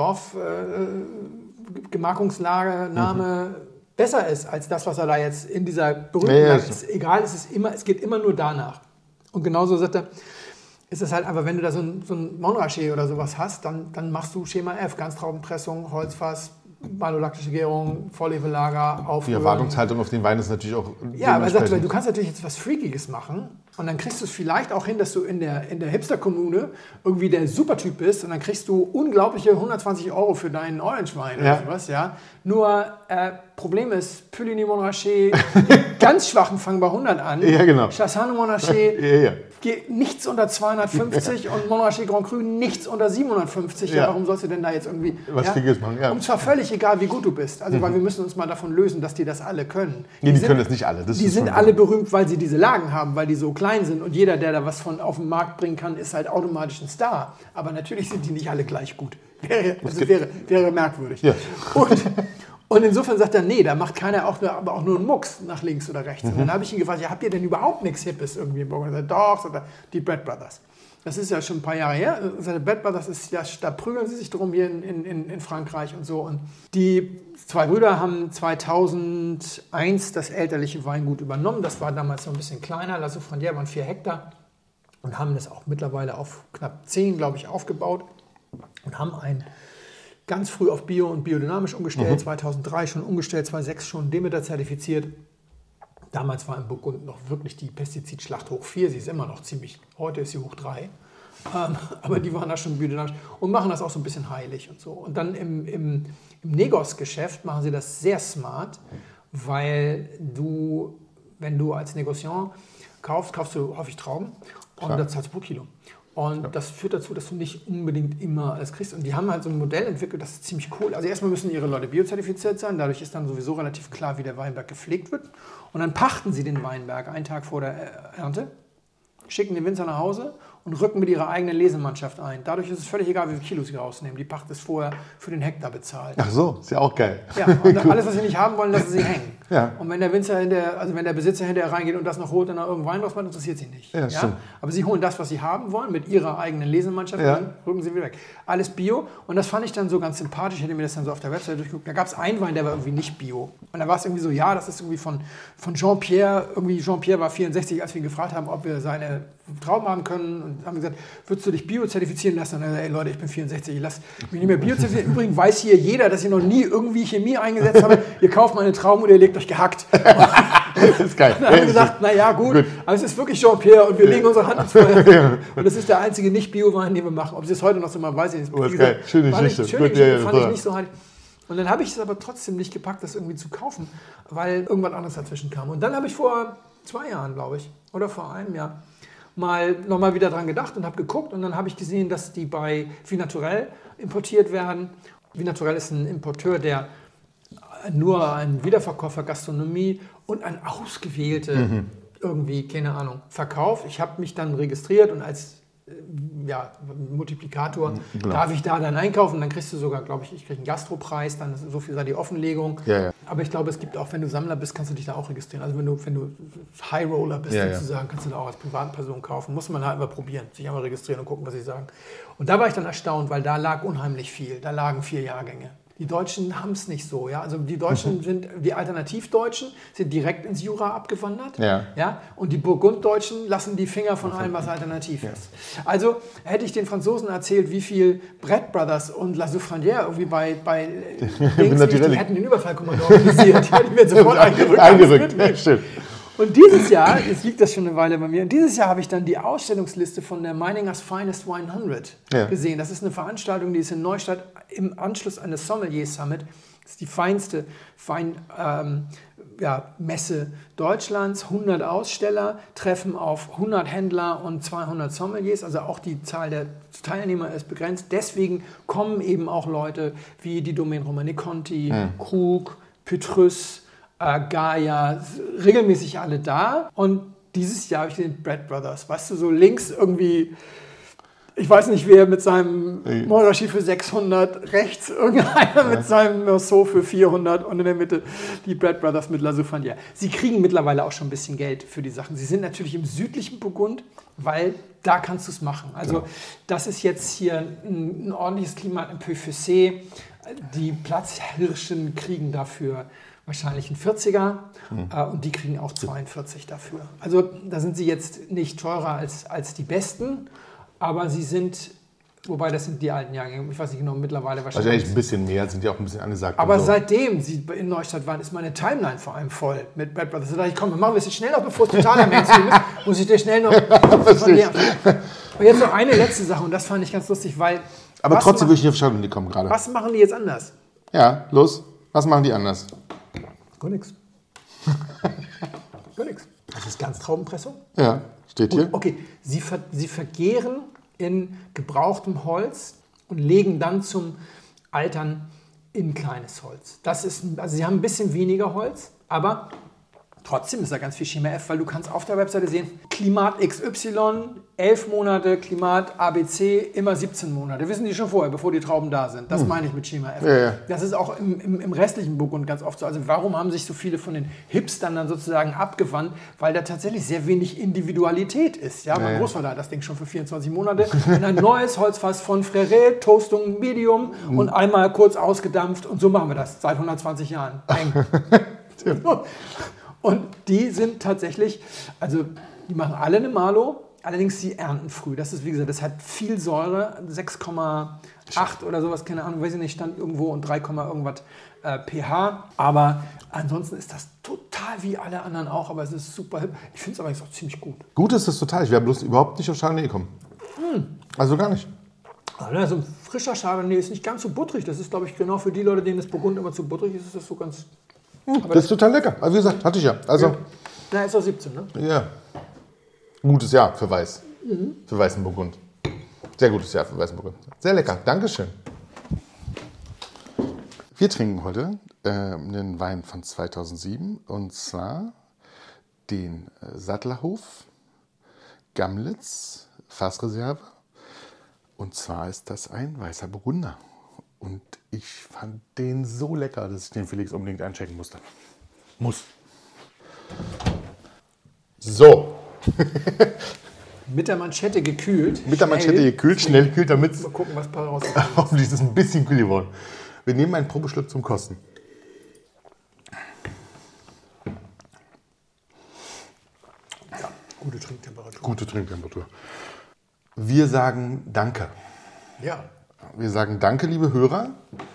[SPEAKER 2] Dorfgemarkungslagename besser ist als das, was er da jetzt in dieser berühmten Lage ist. Egal, es geht immer nur danach. Und genauso sagt er, ist es halt einfach, wenn du da so ein Montrachet oder sowas hast, dann machst du Schema F, Ganztraubenpressung, Holzfass, malolaktische Gärung, Vorlefelager, Aufrühren.
[SPEAKER 3] Die Erwartungshaltung auf den Wein ist natürlich auch
[SPEAKER 2] ja, aber er sagt, du kannst natürlich jetzt was Freakiges machen und dann kriegst du es vielleicht auch hin, dass du in der Hipster-Kommune irgendwie der Supertyp bist und dann kriegst du unglaubliche 120 € für deinen Orange-Wein oder sowas, ja. Nur Problem ist, Puligny Montrachet, ganz schwachen fangen bei 100 an.
[SPEAKER 3] Ja, genau.
[SPEAKER 2] Chassagne Montrachet, nichts unter 250 und Montrachet Grand Cru nichts unter 750. Ja. Warum sollst du denn da jetzt irgendwie
[SPEAKER 3] was Freakiges machen? Ja.
[SPEAKER 2] Und zwar völlig egal, wie gut du bist. Also, weil wir müssen uns mal davon lösen, dass die das alle können.
[SPEAKER 3] Nee, die können das nicht alle.
[SPEAKER 2] Die sind alle berühmt, weil sie diese Lagen haben, weil die so klein sind. Und jeder, der da was von auf den Markt bringen kann, ist halt automatisch ein Star. Aber natürlich sind die nicht alle gleich gut. Wäre merkwürdig. Ja. Und insofern sagt er, nee, da macht keiner aber auch nur einen Mucks nach links oder rechts. Und dann habe ich ihn gefragt, ja, habt ihr denn überhaupt nichts Hippes irgendwie im Burgund? Und er sagt, doch, sagt er, die Brett Brothers. Das ist ja schon ein paar Jahre her. Seine Brett Brothers da prügeln sie sich drum hier in Frankreich und so. Und die zwei Brüder haben 2001 das elterliche Weingut übernommen. Das war damals noch ein bisschen kleiner. La Souffrandière waren 4 Hektar und haben das auch mittlerweile auf knapp 10, glaube ich, aufgebaut und haben ganz früh auf Bio und biodynamisch umgestellt. 2003 schon umgestellt, 2006 schon Demeter zertifiziert. Damals war im Burgund noch wirklich die Pestizidschlacht hoch 4. Sie ist immer noch ziemlich, heute ist sie hoch 3. Aber die waren da schon müde und machen das auch so ein bisschen heilig und so. Und dann im Negos-Geschäft machen sie das sehr smart, weil wenn du als Negociant kaufst du häufig Trauben und das zahlst du pro Kilo. Und das führt dazu, dass du nicht unbedingt immer alles kriegst. Und die haben halt so ein Modell entwickelt, das ist ziemlich cool. Also erstmal müssen ihre Leute biozertifiziert sein. Dadurch ist dann sowieso relativ klar, wie der Weinberg gepflegt wird. Und dann pachten sie den Weinberg einen Tag vor der Ernte, schicken den Winzer nach Hause und rücken mit ihrer eigenen Lesemannschaft ein. Dadurch ist es völlig egal, wie viele Kilos sie rausnehmen. Die Pacht ist vorher für den Hektar bezahlt.
[SPEAKER 3] Ach so, ist ja auch geil.
[SPEAKER 2] Ja, und alles, was sie nicht haben wollen, lassen sie hängen.
[SPEAKER 3] Ja.
[SPEAKER 2] Und wenn der wenn der Besitzer hinterher reingeht und das noch holt und dann irgendeinen Wein draus macht, interessiert sie nicht.
[SPEAKER 3] Ja, stimmt.
[SPEAKER 2] Aber sie holen das, was sie haben wollen, mit ihrer eigenen Lesemannschaft, und dann rücken sie wieder weg. Alles Bio. Und das fand ich dann so ganz sympathisch. Ich hätte mir das dann so auf der Website durchgeguckt. Da gab es einen Wein, der war irgendwie nicht Bio. Und da war es irgendwie so, ja, das ist irgendwie von Jean-Pierre. Irgendwie Jean-Pierre war 64, als wir ihn gefragt haben, ob wir seine Trauben haben können. Und haben gesagt, würdest du dich bio-zertifizieren lassen? Und dann, ey Leute, ich bin 64, ich lasse mich nicht mehr bio-zertifizieren. Übrigens weiß hier jeder, dass ich noch nie irgendwie Chemie eingesetzt habe. Ihr kauft meine Trauben und ihr legt euch gehackt.
[SPEAKER 3] Das ist geil.
[SPEAKER 2] Dann haben wir gesagt, naja, gut, aber es ist wirklich Jean-Pierre und wir legen unsere Hand ins Feuer. Und das ist der einzige Nicht-Bio-Wein, den wir machen. Ob sie es heute noch so mal weiß, ich nicht.
[SPEAKER 3] Das ist geil. Schöne Geschichte.
[SPEAKER 2] Fand ich nicht so halt. Und dann habe ich es aber trotzdem nicht gepackt, das irgendwie zu kaufen, weil irgendwas anderes dazwischen kam. Und dann habe ich vor 2 Jahren, glaube ich, oder vor einem Jahr, nochmal wieder dran gedacht und habe geguckt. Und dann habe ich gesehen, dass die bei Vinaturell importiert werden. Vinaturell ist ein Importeur, der nur ein Wiederverkäufer Gastronomie und ein ausgewählte irgendwie, keine Ahnung, Verkauf. Ich habe mich dann registriert und als Multiplikator darf ich da dann einkaufen. Dann kriegst du sogar, glaube ich kriege einen Gastropreis, dann ist so viel sei die Offenlegung.
[SPEAKER 3] Ja.
[SPEAKER 2] Aber ich glaube, es gibt auch, wenn du Sammler bist, kannst du dich da auch registrieren. Also wenn du High Roller bist sozusagen, kannst du da auch als Privatperson kaufen. Muss man halt mal probieren, sich einmal registrieren und gucken, was sie sagen. Und da war ich dann erstaunt, weil da lag unheimlich viel. Da lagen 4 Jahrgänge. Die Deutschen haben es nicht so. Ja? Also die Deutschen die Alternativdeutschen sind direkt ins Jura abgewandert. Ja? Und die Burgunddeutschen lassen die Finger von allem, was alternativ ist. Also hätte ich den Franzosen erzählt, wie viel Brett Brothers und La Souffrandière irgendwie bei Dings, die hätten den Überfallkommando organisiert. Die hätten wir sofort eingerückt.
[SPEAKER 3] Ja, stimmt.
[SPEAKER 2] Und dieses Jahr, jetzt liegt das schon eine Weile bei mir, und dieses Jahr habe ich dann die Ausstellungsliste von der Meiningers Finest 100 gesehen. Das ist eine Veranstaltung, die ist in Neustadt im Anschluss an das Sommelier Summit. Das ist die feinste Messe Deutschlands. 100 Aussteller treffen auf 100 Händler und 200 Sommeliers. Also auch die Zahl der Teilnehmer ist begrenzt. Deswegen kommen eben auch Leute wie die Domaine Romanée Conti, Krug, Petrus, Gaia, regelmäßig alle da. Und dieses Jahr habe ich den Brett Brothers, weißt du, so links irgendwie, ich weiß nicht wer, mit seinem Monarchie für 600, rechts irgendeiner mit seinem Merceau für 400 und in der Mitte die Brett Brothers mit La Souffrandière. Sie kriegen mittlerweile auch schon ein bisschen Geld für die Sachen. Sie sind natürlich im südlichen Burgund, weil da kannst du es machen. Also das ist jetzt hier ein ordentliches Klima im Peu-Fossé. Die Platzhirschen kriegen dafür wahrscheinlich ein 40er und die kriegen auch 42 dafür. Also da sind sie jetzt nicht teurer als die besten, aber sie sind, wobei das sind die alten Jahrgänge, ich weiß nicht genau, mittlerweile
[SPEAKER 3] wahrscheinlich ein bisschen mehr, sind ja auch ein bisschen angesagt.
[SPEAKER 2] Aber seitdem sie in Neustadt waren, ist meine Timeline vor allem voll mit Brett Brothers. Da dachte ich, komm, wir machen das jetzt schnell noch, bevor es totaler Mainstream ist, muss ich dir schnell noch von dir. Und jetzt noch eine letzte Sache und das fand ich ganz lustig, weil...
[SPEAKER 3] Aber trotzdem würde ich nicht auf Chardonnay kommen gerade.
[SPEAKER 2] Was machen die jetzt anders?
[SPEAKER 3] Ja, los. Was machen die anders?
[SPEAKER 2] Gar nichts. Gar nichts. Das ist Ganztraubenpressung.
[SPEAKER 3] Ja, steht hier.
[SPEAKER 2] Okay, sie vergehren in gebrauchtem Holz und legen dann zum Altern in kleines Holz. Das ist, also sie haben ein bisschen weniger Holz, aber trotzdem ist da ganz viel Schema F, weil du kannst auf der Webseite sehen, Klimat XY, 11 Monate, Klimat ABC, immer 17 Monate. Wissen die schon vorher, bevor die Trauben da sind. Das meine ich mit Schema F.
[SPEAKER 3] Ja.
[SPEAKER 2] Das ist auch im restlichen Burgund ganz oft so. Also warum haben sich so viele von den Hipstern dann sozusagen abgewandt? Weil da tatsächlich sehr wenig Individualität ist. Ja, mein Großvater hat das Ding schon für 24 Monate in ein neues Holzfass von Frère, Toastung Medium und einmal kurz ausgedampft und so machen wir das seit 120 Jahren. Und die sind tatsächlich, also die machen alle eine Malo, allerdings sie ernten früh. Das ist, wie gesagt, das hat viel Säure, 6,8 oder sowas, keine Ahnung, weiß ich nicht, stand irgendwo und 3, irgendwas pH. Aber ansonsten ist das total wie alle anderen auch, aber es ist super hip. Ich finde es aber auch ziemlich gut.
[SPEAKER 3] Gut ist es total, ich wäre bloß überhaupt nicht auf Chardonnay gekommen. Also gar nicht.
[SPEAKER 2] Also so ein frischer Chardonnay ist nicht ganz so butterig. Das ist, glaube ich, genau für die Leute, denen das Burgund immer zu butterig ist, ist das so ganz...
[SPEAKER 3] Das ist total lecker. Also wie gesagt, hatte ich ja. Also,
[SPEAKER 2] Na, ist auch 17, ne?
[SPEAKER 3] ja. Gutes Jahr für Weiß. Für Weißen Burgund. Sehr gutes Jahr für Weißen Burgund. Sehr lecker. Dankeschön. Wir trinken heute einen Wein von 2007 und zwar den Sattlerhof Gamlitz Fassreserve. Und zwar ist das ein weißer Burgunder. Und ich fand den so lecker, dass ich den Felix unbedingt einchecken musste. So.
[SPEAKER 2] Mit der Manschette gekühlt.
[SPEAKER 3] Mit der Manschette gekühlt, schnell gekühlt, damit es
[SPEAKER 2] Mal gucken, was bei rauskommt.
[SPEAKER 3] hoffentlich ist es ein bisschen kühl geworden. Wir nehmen einen Probeschluck zum Kosten.
[SPEAKER 2] Ja, gute Trinktemperatur.
[SPEAKER 3] Gute Trinktemperatur. Wir sagen Danke.
[SPEAKER 2] Ja.
[SPEAKER 3] Wir sagen Danke, liebe Hörer.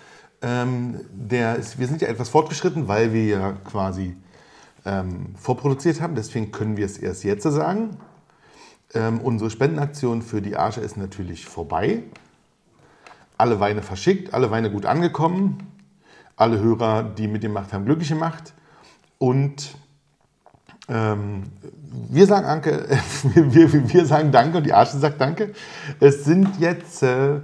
[SPEAKER 3] Wir sind ja etwas fortgeschritten, weil wir ja quasi vorproduziert haben. Deswegen können wir es erst jetzt sagen. Unsere Spendenaktion für die Arche ist natürlich vorbei. Alle Weine verschickt, alle Weine gut angekommen. Alle Hörer, die mitgemacht haben, glücklich gemacht. Und wir sagen Danke, wir sagen Danke und die Arche sagt Danke. Es sind jetzt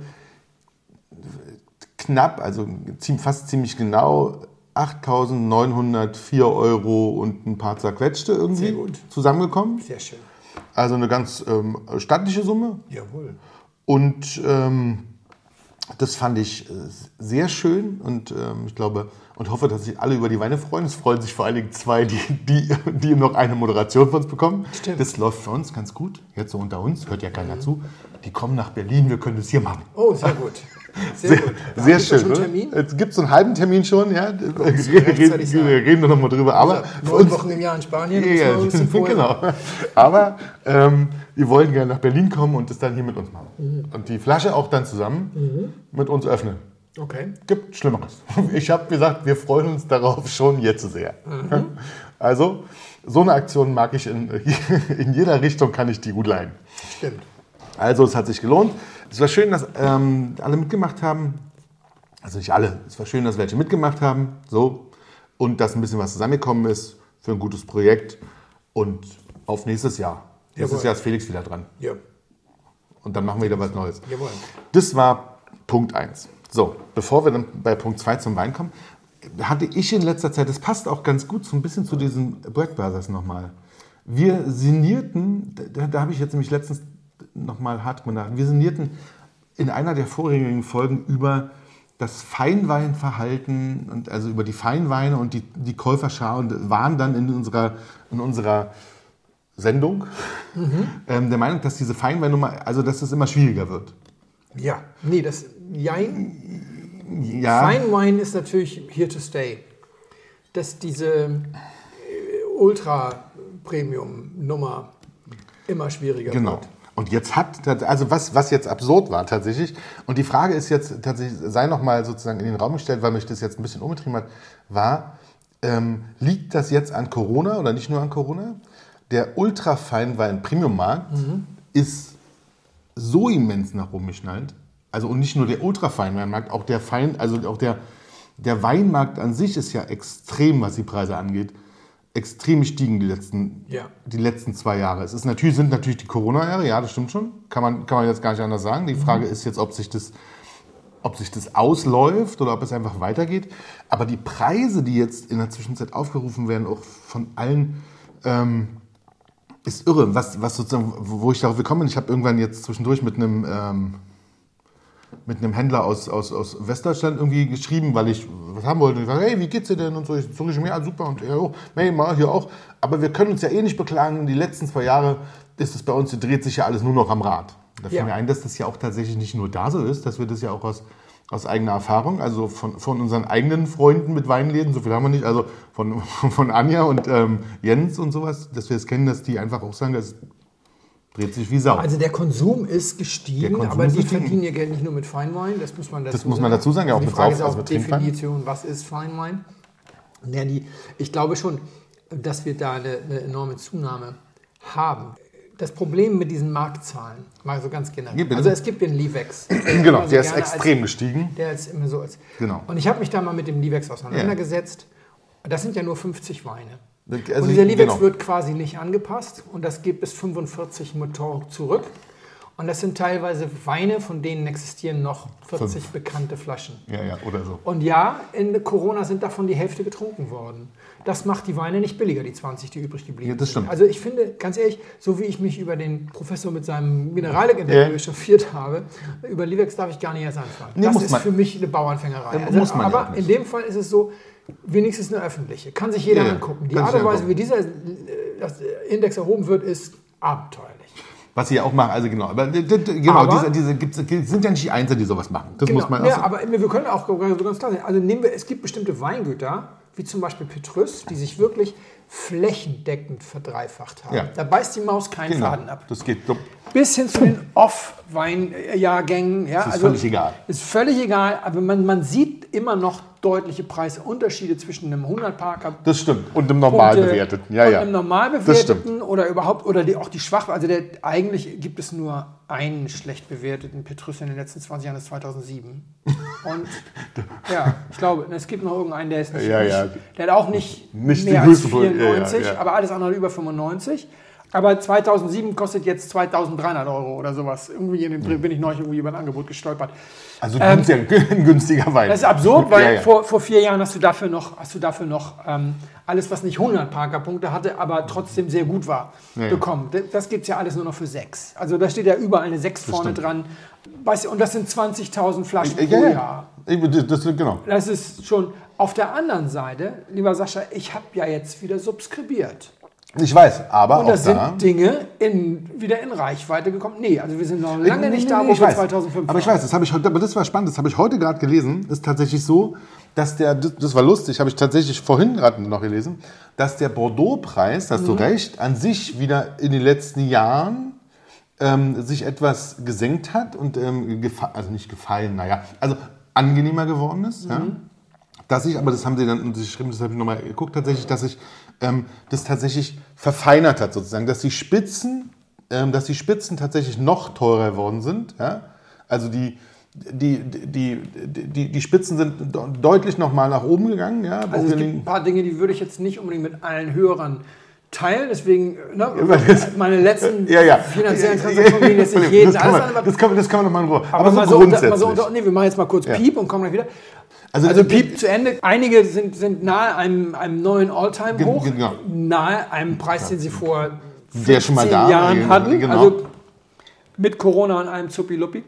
[SPEAKER 3] knapp, also fast ziemlich genau 8.904 € und ein paar zerquetschte irgendwie zusammengekommen.
[SPEAKER 2] Sehr schön.
[SPEAKER 3] Also eine ganz stattliche Summe.
[SPEAKER 2] Jawohl.
[SPEAKER 3] Und das fand ich sehr schön und ich glaube und hoffe, dass sich alle über die Weine freuen. Es freuen sich vor allen Dingen zwei, die noch eine Moderation von uns bekommen.
[SPEAKER 2] Stimmt.
[SPEAKER 3] Das läuft für uns ganz gut. Jetzt so unter uns, hört ja keiner zu. Die kommen nach Berlin, wir können das hier machen.
[SPEAKER 2] Oh, sehr gut. Sehr gut.
[SPEAKER 3] Sehr schön.
[SPEAKER 2] Schon einen
[SPEAKER 3] ne?
[SPEAKER 2] Termin?
[SPEAKER 3] Es gibt so einen halben Termin schon, ja.
[SPEAKER 2] rechtzeitig sagen.
[SPEAKER 3] Wir reden noch mal drüber. Aber für
[SPEAKER 2] 9 Wochen im Jahr in Spanien.
[SPEAKER 3] ja,
[SPEAKER 2] muss man ein bisschen vorher-
[SPEAKER 3] genau. Aber wir wollen gerne nach Berlin kommen und das dann hier mit uns machen. Und die Flasche auch dann zusammen mit uns öffnen.
[SPEAKER 2] Okay.
[SPEAKER 3] Gibt Schlimmeres. Ich habe gesagt, wir freuen uns darauf schon jetzt sehr. Also, so eine Aktion mag ich in jeder Richtung, kann ich die gut leiden.
[SPEAKER 2] Stimmt.
[SPEAKER 3] Also, es hat sich gelohnt. Es war schön, dass alle mitgemacht haben. Also nicht alle. Es war schön, dass welche mitgemacht haben. So. Und dass ein bisschen was zusammengekommen ist für ein gutes Projekt. Und auf nächstes Jahr. Nächstes Jahr ist Felix wieder dran.
[SPEAKER 2] Ja.
[SPEAKER 3] Und dann machen wir wieder was Neues.
[SPEAKER 2] Jawohl.
[SPEAKER 3] Das war Punkt 1. So, bevor wir dann bei Punkt 2 zum Wein kommen, hatte ich in letzter Zeit, das passt auch ganz gut so ein bisschen zu diesen Bragg Brothers nochmal. Wir signierten, da habe ich jetzt nämlich letztens nochmal hart drüber nachgedacht, wir signierten in einer der vorherigen Folgen über das Feinweinverhalten und also über die Feinweine und die Käuferschar und waren dann in unserer Sendung der Meinung, dass diese Feinweinnummer, also dass es immer schwieriger wird.
[SPEAKER 2] Ja. Nee, das Jein.
[SPEAKER 3] Ja.
[SPEAKER 2] Fine Wine ist natürlich here to stay. Dass diese Ultra-Premium-Nummer immer schwieriger
[SPEAKER 3] Genau.
[SPEAKER 2] wird.
[SPEAKER 3] Und jetzt also was jetzt absurd war tatsächlich, und die Frage ist jetzt tatsächlich, sei nochmal sozusagen in den Raum gestellt, weil mich das jetzt ein bisschen umgetrieben hat, war, liegt das jetzt an Corona oder nicht nur an Corona? Der Ultra-Feinwein-Premium-Markt ist so immens nach oben geschnallt, also und nicht nur der Ultra-Feinweinmarkt, auch der der Weinmarkt an sich ist ja extrem, was die Preise angeht, extrem gestiegen die letzten 2 Jahre. Sind natürlich die Corona-Jahre, ja, das stimmt schon, kann man jetzt gar nicht anders sagen. Die Frage ist jetzt, ob sich das ausläuft oder ob es einfach weitergeht. Aber die Preise, die jetzt in der Zwischenzeit aufgerufen werden, auch von allen, ist irre. Was sozusagen, wo ich darauf gekommen bin, ich habe irgendwann jetzt zwischendurch mit einem Händler aus Westdeutschland irgendwie geschrieben, weil ich was haben wollte. Und ich sage, hey, wie geht's dir denn? Und so. Ich so, ja, super. Und er auch, hey, mal hier auch. Aber wir können uns ja eh nicht beklagen. Die letzten 2 Jahre ist es bei uns, dreht sich ja alles nur noch am Rad. Da fällt mir ein, dass das ja auch tatsächlich nicht nur da so ist, dass wir das ja auch aus eigener Erfahrung, also von unseren eigenen Freunden mit Weinläden, so viel haben wir nicht, also von Anja und Jens und sowas, dass wir es kennen, dass die einfach auch sagen, das dreht sich wie Sau.
[SPEAKER 2] Also der Konsum ist gestiegen, aber die verdienen ihr Geld nicht nur mit Feinwein, das muss man dazu sagen.
[SPEAKER 3] Ja, auch
[SPEAKER 2] die
[SPEAKER 3] mit
[SPEAKER 2] Frage ist
[SPEAKER 3] Sauf,
[SPEAKER 2] auch
[SPEAKER 3] also mit Trinkwein.
[SPEAKER 2] Definition, was ist Feinwein? Ja, ich glaube schon, dass wir da eine enorme Zunahme haben. das Problem mit diesen Marktzahlen, mal so ganz generell.
[SPEAKER 3] Ja,
[SPEAKER 2] also es gibt den Livex.
[SPEAKER 3] Genau, der ist extrem gestiegen.
[SPEAKER 2] Der ist immer so.
[SPEAKER 3] Genau.
[SPEAKER 2] Und ich habe mich da mal mit dem Livex auseinandergesetzt. Das sind ja nur 50 Weine.
[SPEAKER 3] Also,
[SPEAKER 2] und dieser Livex wird quasi nicht angepasst und das geht bis 45 Motor zurück. Und das sind teilweise Weine, von denen existieren noch 40 bekannte Flaschen.
[SPEAKER 3] Ja, oder so.
[SPEAKER 2] Und ja, in Corona sind davon die Hälfte getrunken worden. Das macht die Weine nicht billiger, die 20, die übrig geblieben
[SPEAKER 3] das stimmt.
[SPEAKER 2] sind. Also ich finde, ganz ehrlich, so wie ich mich über den Professor mit seinem Mineralik-Interview echauffiert habe, über Livex darf ich gar nicht erst anfangen.
[SPEAKER 3] Nee,
[SPEAKER 2] das ist für mich eine Bauernfängerei. Aber in dem Fall ist es so, wenigstens eine öffentliche. Kann sich jeder angucken. Die Art und Weise, wie dieser Index erhoben wird, ist abenteuerlich.
[SPEAKER 3] Was sie ja auch machen, also genau. Aber diese sind ja nicht die Einzelnen, die sowas machen. Das muss man auch sagen.
[SPEAKER 2] Aber wir können auch ganz klar sein. Also es gibt bestimmte Weingüter, wie zum Beispiel Petrus, die sich wirklich flächendeckend verdreifacht haben. Ja. Da beißt die Maus keinen Faden ab.
[SPEAKER 3] Das geht so.
[SPEAKER 2] Bis hin zu den Off-Weinjahrgängen. Ja,
[SPEAKER 3] das ist völlig egal.
[SPEAKER 2] Ist völlig egal, aber man sieht immer noch deutliche Preisunterschiede zwischen einem 100-Parker.
[SPEAKER 3] Das stimmt. Und einem normal bewerteten.
[SPEAKER 2] Einem normal bewerteten oder überhaupt, oder auch die schwach. Also eigentlich gibt es nur einen schlecht bewerteten Petrus in den letzten 20 Jahren, das ist 2007. Und ja, ich glaube, es gibt noch irgendeinen, der ist nicht, der hat auch nicht mehr als 94, aber alles andere über 95. Aber 2007 kostet jetzt 2.300 € oder sowas. Irgendwie in dem Dreh bin ich neulich irgendwie über ein Angebot gestolpert.
[SPEAKER 3] Also ein günstiger Wein.
[SPEAKER 2] Das ist absurd, weil vor 4 Jahren hast du dafür noch alles, was nicht 100 Parker-Punkte hatte, aber trotzdem sehr gut war, bekommen. Das gibt es ja alles nur noch für 6. Also da steht ja überall eine 6 vorne dran. Weißt du, und das sind 20.000 Flaschen pro Jahr.
[SPEAKER 3] Genau.
[SPEAKER 2] Das ist schon. Auf der anderen Seite, lieber Sascha, ich habe ja jetzt wieder subskribiert.
[SPEAKER 3] Ich weiß, aber
[SPEAKER 2] und da sind Dinge wieder in Reichweite gekommen. Nee, also wir sind noch lange nicht da, wo wir 2005 waren.
[SPEAKER 3] Aber ich weiß, das war spannend, das habe ich heute gerade gelesen. Ist tatsächlich so, dass das war lustig, habe ich tatsächlich vorhin gerade noch gelesen, dass der Bordeaux-Preis, hast du recht, an sich wieder in den letzten Jahren sich etwas gesenkt hat und also nicht gefallen, also angenehmer geworden ist. Ja? Dass ich, aber das haben sie dann geschrieben, das habe ich nochmal geguckt, tatsächlich, dass sich das tatsächlich verfeinert hat, sozusagen, dass die Spitzen tatsächlich noch teurer geworden sind. Ja? Also die Spitzen sind deutlich nochmal nach oben gegangen. Ja?
[SPEAKER 2] Also es gibt ein paar Dinge, die würde ich jetzt nicht unbedingt mit allen Hörern teilen, deswegen meine letzten finanziellen Transaktionen gehen jetzt nicht jeden alles an.
[SPEAKER 3] Das kann man nochmal in Ruhe.
[SPEAKER 2] Aber so grundsätzlich. Wir machen jetzt mal kurz Piep und kommen gleich wieder. Also Piep zu Ende. Einige sind nahe einem neuen All-Time-Hoch, nahe einem Preis, den sie vor 10 Jahren hatten. Genau. Also mit Corona und einem Zuppi-Luppi.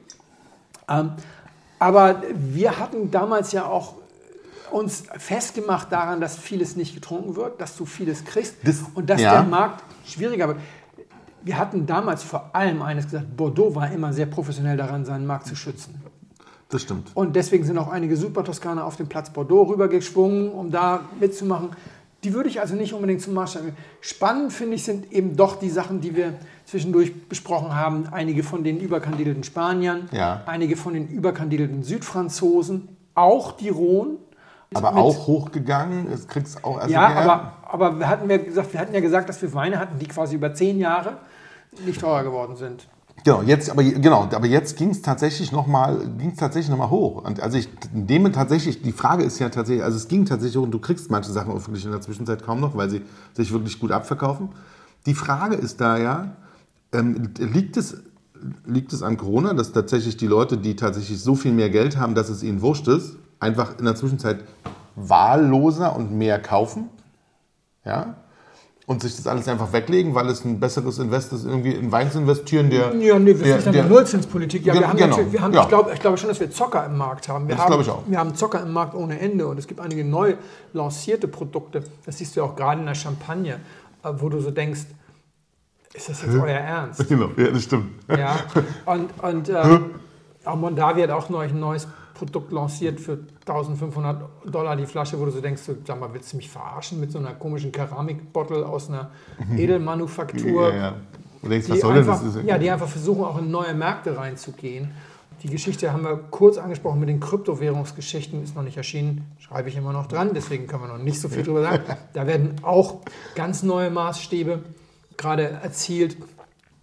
[SPEAKER 2] Aber wir hatten damals ja auch uns festgemacht daran, dass vieles nicht getrunken wird, dass du vieles kriegst und dass der Markt schwieriger wird. Wir hatten damals vor allem eines gesagt, Bordeaux war immer sehr professionell daran, seinen Markt zu schützen.
[SPEAKER 3] Das stimmt.
[SPEAKER 2] Und deswegen sind auch einige Super-Toskaner auf den Platz Bordeaux rübergeschwungen, um da mitzumachen. Die würde ich also nicht unbedingt zum Maßstab nehmen. Spannend, finde ich, sind eben doch die Sachen, die wir zwischendurch besprochen haben. Einige von den überkandidelten Spaniern, einige von den überkandidelten Südfranzosen, auch die Rhone.
[SPEAKER 3] Aber auch hochgegangen, das kriegst auch. Also
[SPEAKER 2] aber wir hatten ja gesagt, dass wir Weine hatten, die quasi über 10 Jahre nicht teurer geworden sind.
[SPEAKER 3] Aber jetzt ging es tatsächlich noch mal hoch. Und also ich nehme tatsächlich, die Frage ist ja tatsächlich, also es ging tatsächlich hoch und du kriegst manche Sachen öffentlich in der Zwischenzeit kaum noch, weil sie sich wirklich gut abverkaufen. Die Frage ist da liegt es an Corona, dass tatsächlich die Leute, die tatsächlich so viel mehr Geld haben, dass es ihnen wurscht ist, einfach in der Zwischenzeit wahlloser und mehr kaufen, ja, und sich das alles einfach weglegen, weil es ein besseres Invest ist, irgendwie in Wein zu investieren, der...
[SPEAKER 2] Ja, nee, wir sind ja eine Nullzinspolitik. Ja, ich glaube schon, dass wir Zocker im Markt haben. Wir haben Zocker im Markt ohne Ende und es gibt einige neu lancierte Produkte, das siehst du ja auch gerade in der Champagne, wo du so denkst, ist das jetzt euer Ernst?
[SPEAKER 3] Genau, ja, das stimmt.
[SPEAKER 2] Ja, und auch Mondavi hat auch neulich ein neues Produkt lanciert für $1.500 die Flasche, wo du so denkst, sag mal, willst du mich verarschen mit so einer komischen Keramikbottle aus einer Edelmanufaktur?
[SPEAKER 3] Ja. Du denkst, was soll denn das?
[SPEAKER 2] Die einfach versuchen, auch in neue Märkte reinzugehen. Die Geschichte haben wir kurz angesprochen mit den Kryptowährungsgeschichten, ist noch nicht erschienen, schreibe ich immer noch dran, deswegen können wir noch nicht so viel drüber sagen. Da werden auch ganz neue Maßstäbe gerade erzielt.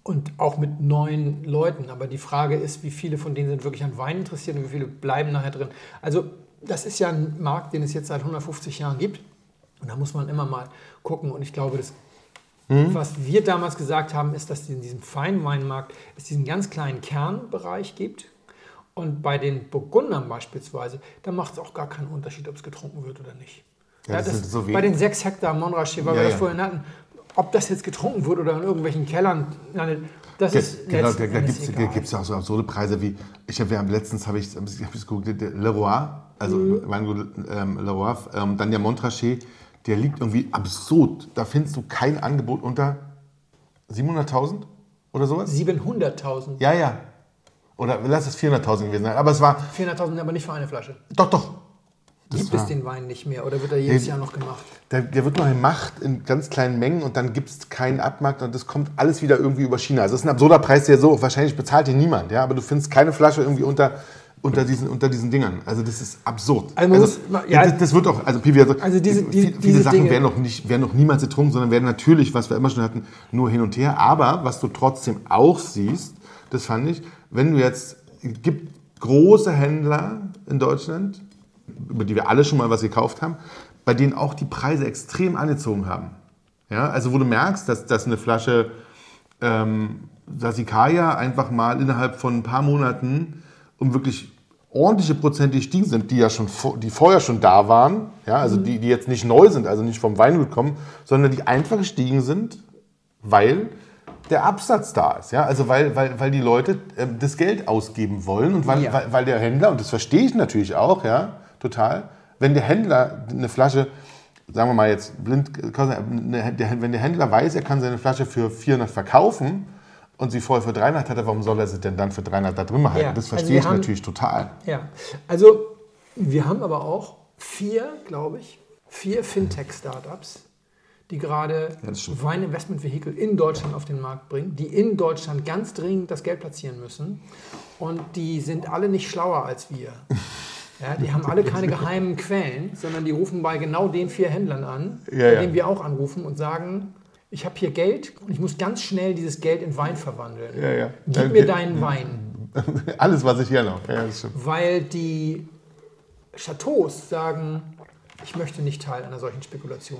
[SPEAKER 2] Und auch mit neuen Leuten. Aber die Frage ist, wie viele von denen sind wirklich an Wein interessiert und wie viele bleiben nachher drin. Also das ist ja ein Markt, den es jetzt seit 150 Jahren gibt. Und da muss man immer mal gucken. Und ich glaube, was wir damals gesagt haben, ist, dass es in diesem Feinweinmarkt es diesen ganz kleinen Kernbereich gibt. Und bei den Burgundern beispielsweise, da macht es auch gar keinen Unterschied, ob es getrunken wird oder nicht.
[SPEAKER 3] Ja, das so
[SPEAKER 2] bei den 6 Hektar Montrachet, weil wir das vorhin hatten, ob das jetzt getrunken wird oder in irgendwelchen Kellern, das ist
[SPEAKER 3] genau, da gibt es ja auch so absurde Preise wie, letztens habe ich geguckt, Leroy, also Weingut Leroy, dann der Montrachet, der liegt irgendwie absurd. Da findest du kein Angebot unter 700.000 oder sowas?
[SPEAKER 2] 700.000?
[SPEAKER 3] Ja. Oder lass es 400.000 gewesen sein, aber es war...
[SPEAKER 2] 400.000 aber nicht für eine Flasche?
[SPEAKER 3] Doch.
[SPEAKER 2] Gibt es den Wein nicht mehr oder wird er jedes Jahr noch gemacht?
[SPEAKER 3] Der wird noch gemacht in ganz kleinen Mengen und dann gibt es keinen Abmarkt und das kommt alles wieder irgendwie über China. Also es ist ein absurder Preis, der so wahrscheinlich bezahlt den niemand, ja, aber du findest keine Flasche irgendwie unter diesen Dingern. Also das ist absurd. Das wird auch, also Pivi, viele Sachen werden noch niemals getrunken, sondern werden natürlich, was wir immer schon hatten, nur hin und her. Aber was du trotzdem auch siehst, das fand ich, wenn du jetzt, es gibt große Händler in Deutschland, über die wir alle schon mal was gekauft haben, bei denen auch die Preise extrem angezogen haben. Ja, also wo du merkst, dass eine Flasche Sassicaia einfach mal innerhalb von ein paar Monaten um wirklich ordentliche Prozente gestiegen sind, die vorher schon da waren, ja, also die jetzt nicht neu sind, also nicht vom Weingut kommen, sondern die einfach gestiegen sind, weil der Absatz da ist, ja, also weil die Leute das Geld ausgeben wollen und weil der Händler, und das verstehe ich natürlich auch, ja, total, wenn der Händler eine Flasche, sagen wir mal jetzt blind, wenn der Händler weiß, er kann seine Flasche für 400 verkaufen und sie vorher für 300 hatte, warum soll er sie denn dann für 300 da drin behalten? Ja, das verstehe ich natürlich total.
[SPEAKER 2] Ja, also wir haben aber auch 4 Fintech-Startups, die gerade Weininvestmentvehikel in Deutschland auf den Markt bringen, die in Deutschland ganz dringend das Geld platzieren müssen und die sind alle nicht schlauer als wir. Ja, die haben alle keine geheimen Quellen, sondern die rufen bei genau den 4 Händlern an, bei denen wir auch anrufen und sagen, ich habe hier Geld und ich muss ganz schnell dieses Geld in Wein verwandeln. Gib mir deinen Wein.
[SPEAKER 3] Alles, was ich hier noch. Ja, das stimmt.
[SPEAKER 2] Weil die Chateaus sagen, ich möchte nicht Teil einer solchen Spekulation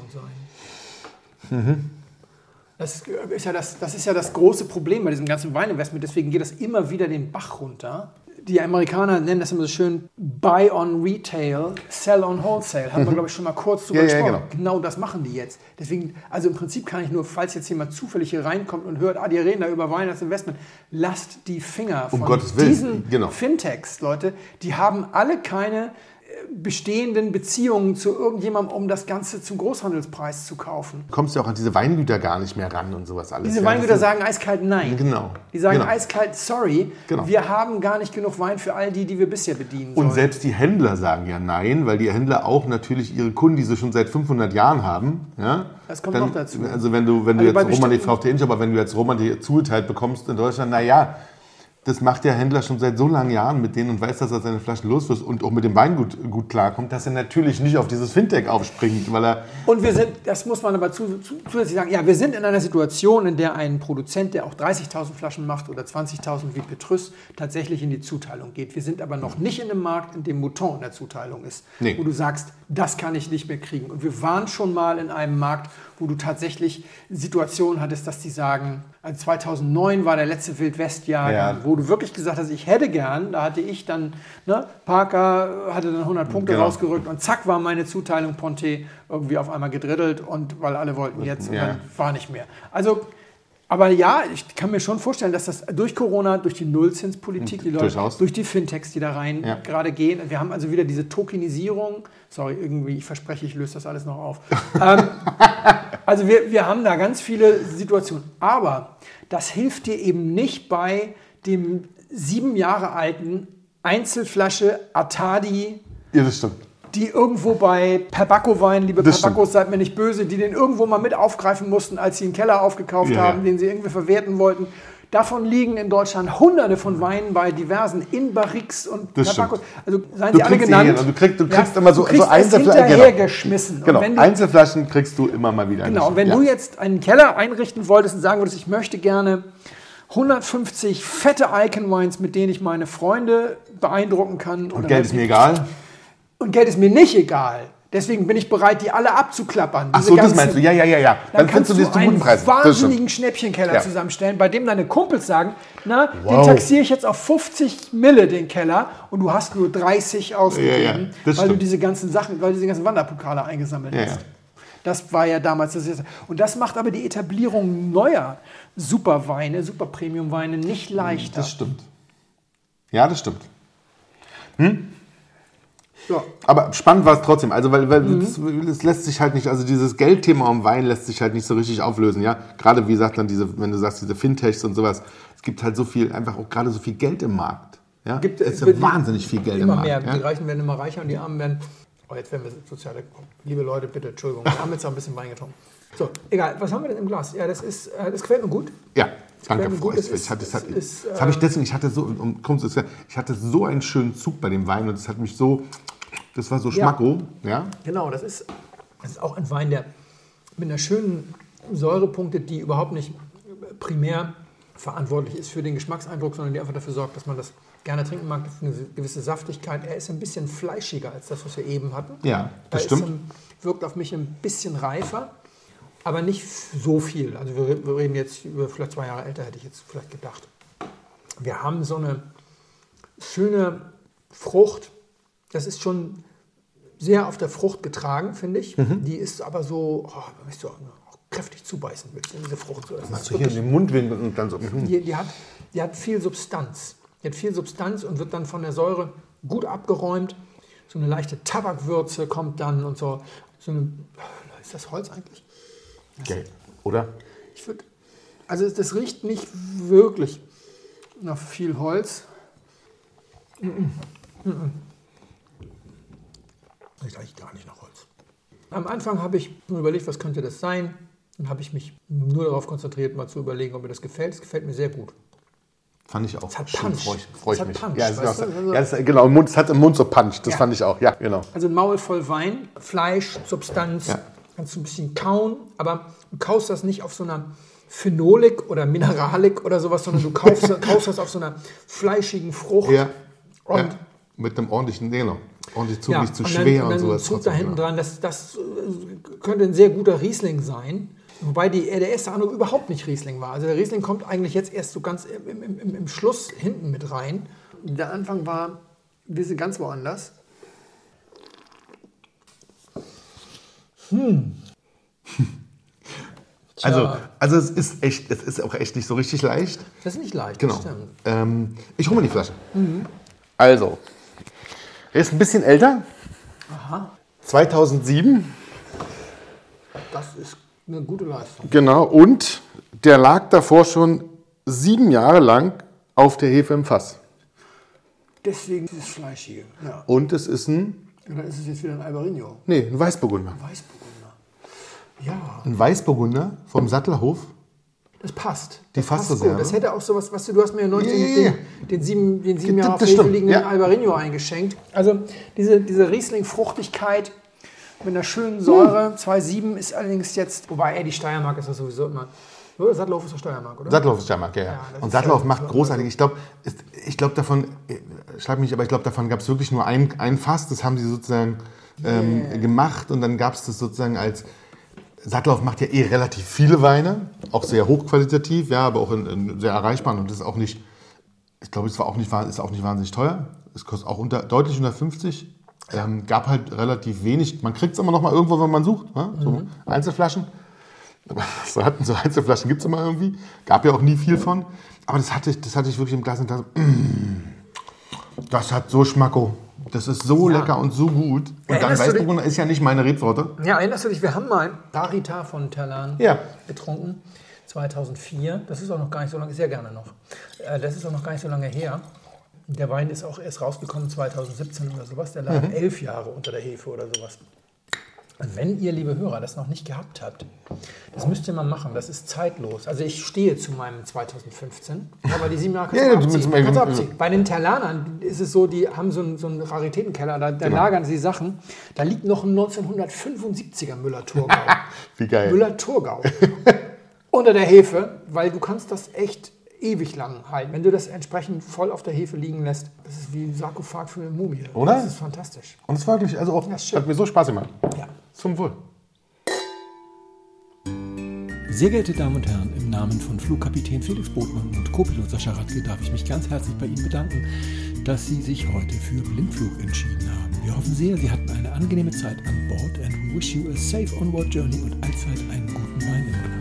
[SPEAKER 2] sein. Das ist ja das große Problem bei diesem ganzen Weininvestment. Deswegen geht das immer wieder den Bach runter. Die Amerikaner nennen das immer so schön Buy on Retail, Sell on Wholesale. Haben wir, glaube ich, schon mal kurz drüber gesprochen. Genau das machen die jetzt. Deswegen, also im Prinzip kann ich nur, falls jetzt jemand zufällig hier reinkommt und hört, die reden da über Wein als Investment, lasst die Finger von diesen Fintechs, Leute. Die haben alle keine bestehenden Beziehungen zu irgendjemandem, um das Ganze zum Großhandelspreis zu kaufen.
[SPEAKER 3] Du kommst ja auch an diese Weingüter gar nicht mehr ran und sowas alles.
[SPEAKER 2] Diese Weingüter sagen eiskalt nein.
[SPEAKER 3] Genau.
[SPEAKER 2] Die sagen eiskalt sorry, wir haben gar nicht genug Wein für all die wir bisher bedienen sollen.
[SPEAKER 3] Und selbst die Händler sagen ja nein, weil die Händler auch natürlich ihre Kunden, die sie schon seit 500 Jahren haben, ja,
[SPEAKER 2] das kommt noch dazu.
[SPEAKER 3] Also wenn du jetzt Roman, fragt den, aber wenn du jetzt Roman zugeteilt bekommst in Deutschland, das macht der Händler schon seit so langen Jahren mit denen und weiß, dass er seine Flaschen los wird und auch mit dem Weingut gut klarkommt, dass er natürlich nicht auf dieses Fintech aufspringt, weil er...
[SPEAKER 2] Und wir sind, das muss man aber zusätzlich sagen, wir sind in einer Situation, in der ein Produzent, der auch 30.000 Flaschen macht oder 20.000 wie Petrus, tatsächlich in die Zuteilung geht. Wir sind aber noch nicht in einem Markt, in dem Mouton in der Zuteilung ist, wo du sagst, das kann ich nicht mehr kriegen. Und wir waren schon mal in einem Markt, wo du tatsächlich Situationen hattest, dass die sagen, also 2009 war der letzte Wildwest-Jahr, wo du wirklich gesagt hast, ich hätte gern, da hatte ich dann, Parker hatte dann 100 Punkte rausgerückt und zack war meine Zuteilung Ponté irgendwie auf einmal gedrittelt und weil alle wollten jetzt und dann war nicht mehr. Also, aber ich kann mir schon vorstellen, dass das durch Corona, durch die Nullzinspolitik, die Leute, durch die Fintechs, die da rein gerade gehen, wir haben also wieder diese Tokenisierung, ich verspreche, ich löse das alles noch auf. Also wir haben da ganz viele Situationen, aber das hilft dir eben nicht bei dem 7 Jahre alten Einzelflasche Atadi,
[SPEAKER 3] das stimmt,
[SPEAKER 2] die irgendwo bei Perbacco-Wein, liebe Perbacos, seid mir nicht böse, die den irgendwo mal mit aufgreifen mussten, als sie einen Keller aufgekauft haben, den sie irgendwie verwerten wollten. Davon liegen in Deutschland Hunderte von Weinen bei diversen Barriques und Perbacos. Also seien sie alle genannt.
[SPEAKER 3] Du kriegst immer so
[SPEAKER 2] Einzelflaschen hinterhergeschmissen.
[SPEAKER 3] Genau, Einzelflaschen kriegst du immer mal wieder.
[SPEAKER 2] Genau, und wenn du jetzt einen Keller einrichten wolltest und sagen würdest, ich möchte gerne 150 fette Icon Wines, mit denen ich meine Freunde beeindrucken kann.
[SPEAKER 3] Und Geld ist mir egal?
[SPEAKER 2] Und Geld ist mir nicht egal. Deswegen bin ich bereit, die alle abzuklappern.
[SPEAKER 3] Ach so, das meinst du? Ja.
[SPEAKER 2] Dann kannst du
[SPEAKER 3] zu
[SPEAKER 2] einen
[SPEAKER 3] guten Preisen.
[SPEAKER 2] wahnsinnigen Schnäppchenkeller zusammenstellen, bei dem deine Kumpels sagen, den taxiere ich jetzt auf 50 Mille, den Keller, und du hast nur 30 ausgegeben, weil du diese ganzen Sachen, weil du diese ganzen Wanderpokale eingesammelt hast. Das war ja damals das Erste. Und das macht aber die Etablierung neuer Superweine, Super Premium Weine nicht leichter.
[SPEAKER 3] Das stimmt. Ja, das stimmt.
[SPEAKER 2] Ja.
[SPEAKER 3] Aber spannend war es trotzdem, also weil das lässt sich halt nicht, also dieses Geldthema um Wein lässt sich halt nicht so richtig auflösen, ja. Gerade wie gesagt dann wenn du sagst, diese Fintechs und sowas, es gibt halt so viel, einfach auch gerade so viel Geld im Markt. Ja? Es ist wahnsinnig viel Geld im Markt.
[SPEAKER 2] Immer mehr,
[SPEAKER 3] ja?
[SPEAKER 2] Die Reichen werden immer reicher und die Armen werden, jetzt werden wir soziale, liebe Leute, bitte, Entschuldigung, wir haben jetzt auch ein bisschen Wein getrunken. So, egal, was haben wir denn im Glas? Ja, das gefällt mir gut.
[SPEAKER 3] Ja, danke, freut mich. Ich hatte so einen schönen Zug bei dem Wein und das war so Schmacko. Ja?
[SPEAKER 2] Genau, das ist auch ein Wein, der mit einer schönen Säure punktet, die überhaupt nicht primär verantwortlich ist für den Geschmackseindruck, sondern die einfach dafür sorgt, dass man das gerne trinken mag, für eine gewisse Saftigkeit. Er ist ein bisschen fleischiger als das, was wir eben hatten.
[SPEAKER 3] Ja, das stimmt.
[SPEAKER 2] Wirkt auf mich ein bisschen reifer, aber nicht so viel. Also wir reden jetzt über vielleicht 2 Jahre älter, hätte ich jetzt vielleicht gedacht. Wir haben so eine schöne Frucht. Das ist schon sehr auf der Frucht getragen, finde ich. Die ist aber so, wenn ich so auch kräftig zubeißen willst in diese Frucht. So,
[SPEAKER 3] machst du hier in den Mundwinkel und dann so.
[SPEAKER 2] Die hat viel Substanz. Die hat viel Substanz und wird dann von der Säure gut abgeräumt. So eine leichte Tabakwürze kommt dann und so. Ist das Holz eigentlich?
[SPEAKER 3] Gelb, oder?
[SPEAKER 2] Also das riecht nicht wirklich nach viel Holz. Das riecht gar nicht nach Holz. Am Anfang habe ich nur überlegt, was könnte das sein. Dann habe ich mich nur darauf konzentriert, mal zu überlegen, ob mir das gefällt. Es gefällt mir sehr gut.
[SPEAKER 3] Fand ich auch.
[SPEAKER 2] Es hat Punch.
[SPEAKER 3] Freue ich mich.
[SPEAKER 2] Punch,
[SPEAKER 3] Genau, es hat im Mund so Punch. Das fand ich auch. Ja, genau.
[SPEAKER 2] Also ein Maul voll Wein, Fleisch, Substanz. Ja. Kannst du ein bisschen kauen, aber du kaust das nicht auf so einer Phenolik oder Mineralik oder sowas, sondern du kaust das auf so einer fleischigen Frucht.
[SPEAKER 3] Ja. Und mit einem ordentlichen ordentlich Zug, nicht zu schwer und sowas.
[SPEAKER 2] Zug da hinten dran, das könnte ein sehr guter Riesling sein. Wobei der erste Ahnung überhaupt nicht Riesling war. Also der Riesling kommt eigentlich jetzt erst so ganz im Schluss hinten mit rein. Der Anfang war ein bisschen ganz woanders.
[SPEAKER 3] Also es ist auch echt nicht so richtig leicht.
[SPEAKER 2] Das ist nicht leicht,
[SPEAKER 3] genau.
[SPEAKER 2] Das stimmt.
[SPEAKER 3] Ich hole mal die Flasche. Also, er ist ein bisschen älter.
[SPEAKER 2] Aha.
[SPEAKER 3] 2007.
[SPEAKER 2] Das ist eine gute Leistung.
[SPEAKER 3] Genau, und der lag davor schon 7 Jahre lang auf der Hefe im Fass.
[SPEAKER 2] Deswegen dieses Fleischige. Ja.
[SPEAKER 3] Und es ist ein...
[SPEAKER 2] Oder ist es jetzt wieder ein Albarino?
[SPEAKER 3] Nee, ein Weißburgunder.
[SPEAKER 2] Ja.
[SPEAKER 3] Ein Weißburgunder vom Sattelhof.
[SPEAKER 2] Das passt.
[SPEAKER 3] Die Fassreserve.
[SPEAKER 2] Das hätte auch sowas, weißt du hast mir ja neulich den 7 Jahre auf der Hefe liegenden Albarino eingeschenkt. Also diese Riesling-Fruchtigkeit mit einer schönen Säure. 2,7 ist allerdings jetzt, wobei die Steiermark ist das sowieso immer. Sattelhof ist der Steiermark, oder?
[SPEAKER 3] Sattelhof ist Steiermark, ja. Und Sattelhof macht großartig. Ich glaube davon, schlag mich, aber ich glaube davon gab es wirklich nur ein Fass. Das haben sie sozusagen gemacht und dann gab es das sozusagen als... Sattelhof macht ja relativ viele Weine, auch sehr hochqualitativ, ja, aber auch sehr erreichbar und das ist auch nicht, ich glaube, ist auch nicht wahnsinnig teuer. Es kostet auch deutlich unter 50. Gab halt relativ wenig. Man kriegt es immer noch mal irgendwo, wenn man sucht, ne? So Einzelflaschen. So Einzelflaschen gibt es immer irgendwie. Gab ja auch nie viel von. Aber das hatte ich wirklich im Glas und dachte, das hat so Schmacko. Das ist so lecker und so gut. Und dann Weißburgunder ist ja nicht meine Rebsorte.
[SPEAKER 2] Ja, erinnerst du dich, wir haben mal Darita von Terlan getrunken, 2004. Das ist auch noch gar nicht so lange, sehr gerne noch. Das ist auch noch gar nicht so lange her. Der Wein ist auch erst rausgekommen 2017 oder sowas. Der lag 11 Jahre unter der Hefe oder sowas. Und wenn ihr, liebe Hörer, das noch nicht gehabt habt, das müsst ihr mal machen. Das ist zeitlos. Also ich stehe zu meinem 2015, aber die 7 Jahre kannst du abziehen. Bei den Terlanern ist es so, die haben so einen Raritätenkeller, da lagern sie Sachen. Da liegt noch ein 1975er Müller-Thurgau.
[SPEAKER 3] Wie geil.
[SPEAKER 2] Müller-Thurgau. Unter der Hefe, weil du kannst das echt ewig lang halten. Wenn du das entsprechend voll auf der Hefe liegen lässt, das ist wie ein Sarkophag für eine Mumie.
[SPEAKER 3] Oder?
[SPEAKER 2] Das ist fantastisch.
[SPEAKER 3] Und es war wirklich, also auch,
[SPEAKER 2] Ja, schön.
[SPEAKER 3] hat mir so Spaß gemacht.
[SPEAKER 2] Ja.
[SPEAKER 3] Zum Wohl.
[SPEAKER 4] Sehr geehrte Damen und Herren, im Namen von Flugkapitän Felix Botmann und Co-Pilot Sascha Radke darf ich mich ganz herzlich bei Ihnen bedanken, dass Sie sich heute für Blindflug entschieden haben. Wir hoffen sehr, Sie hatten eine angenehme Zeit an Bord and we wish you a safe onward journey und allzeit einen guten Wein im Gepäck.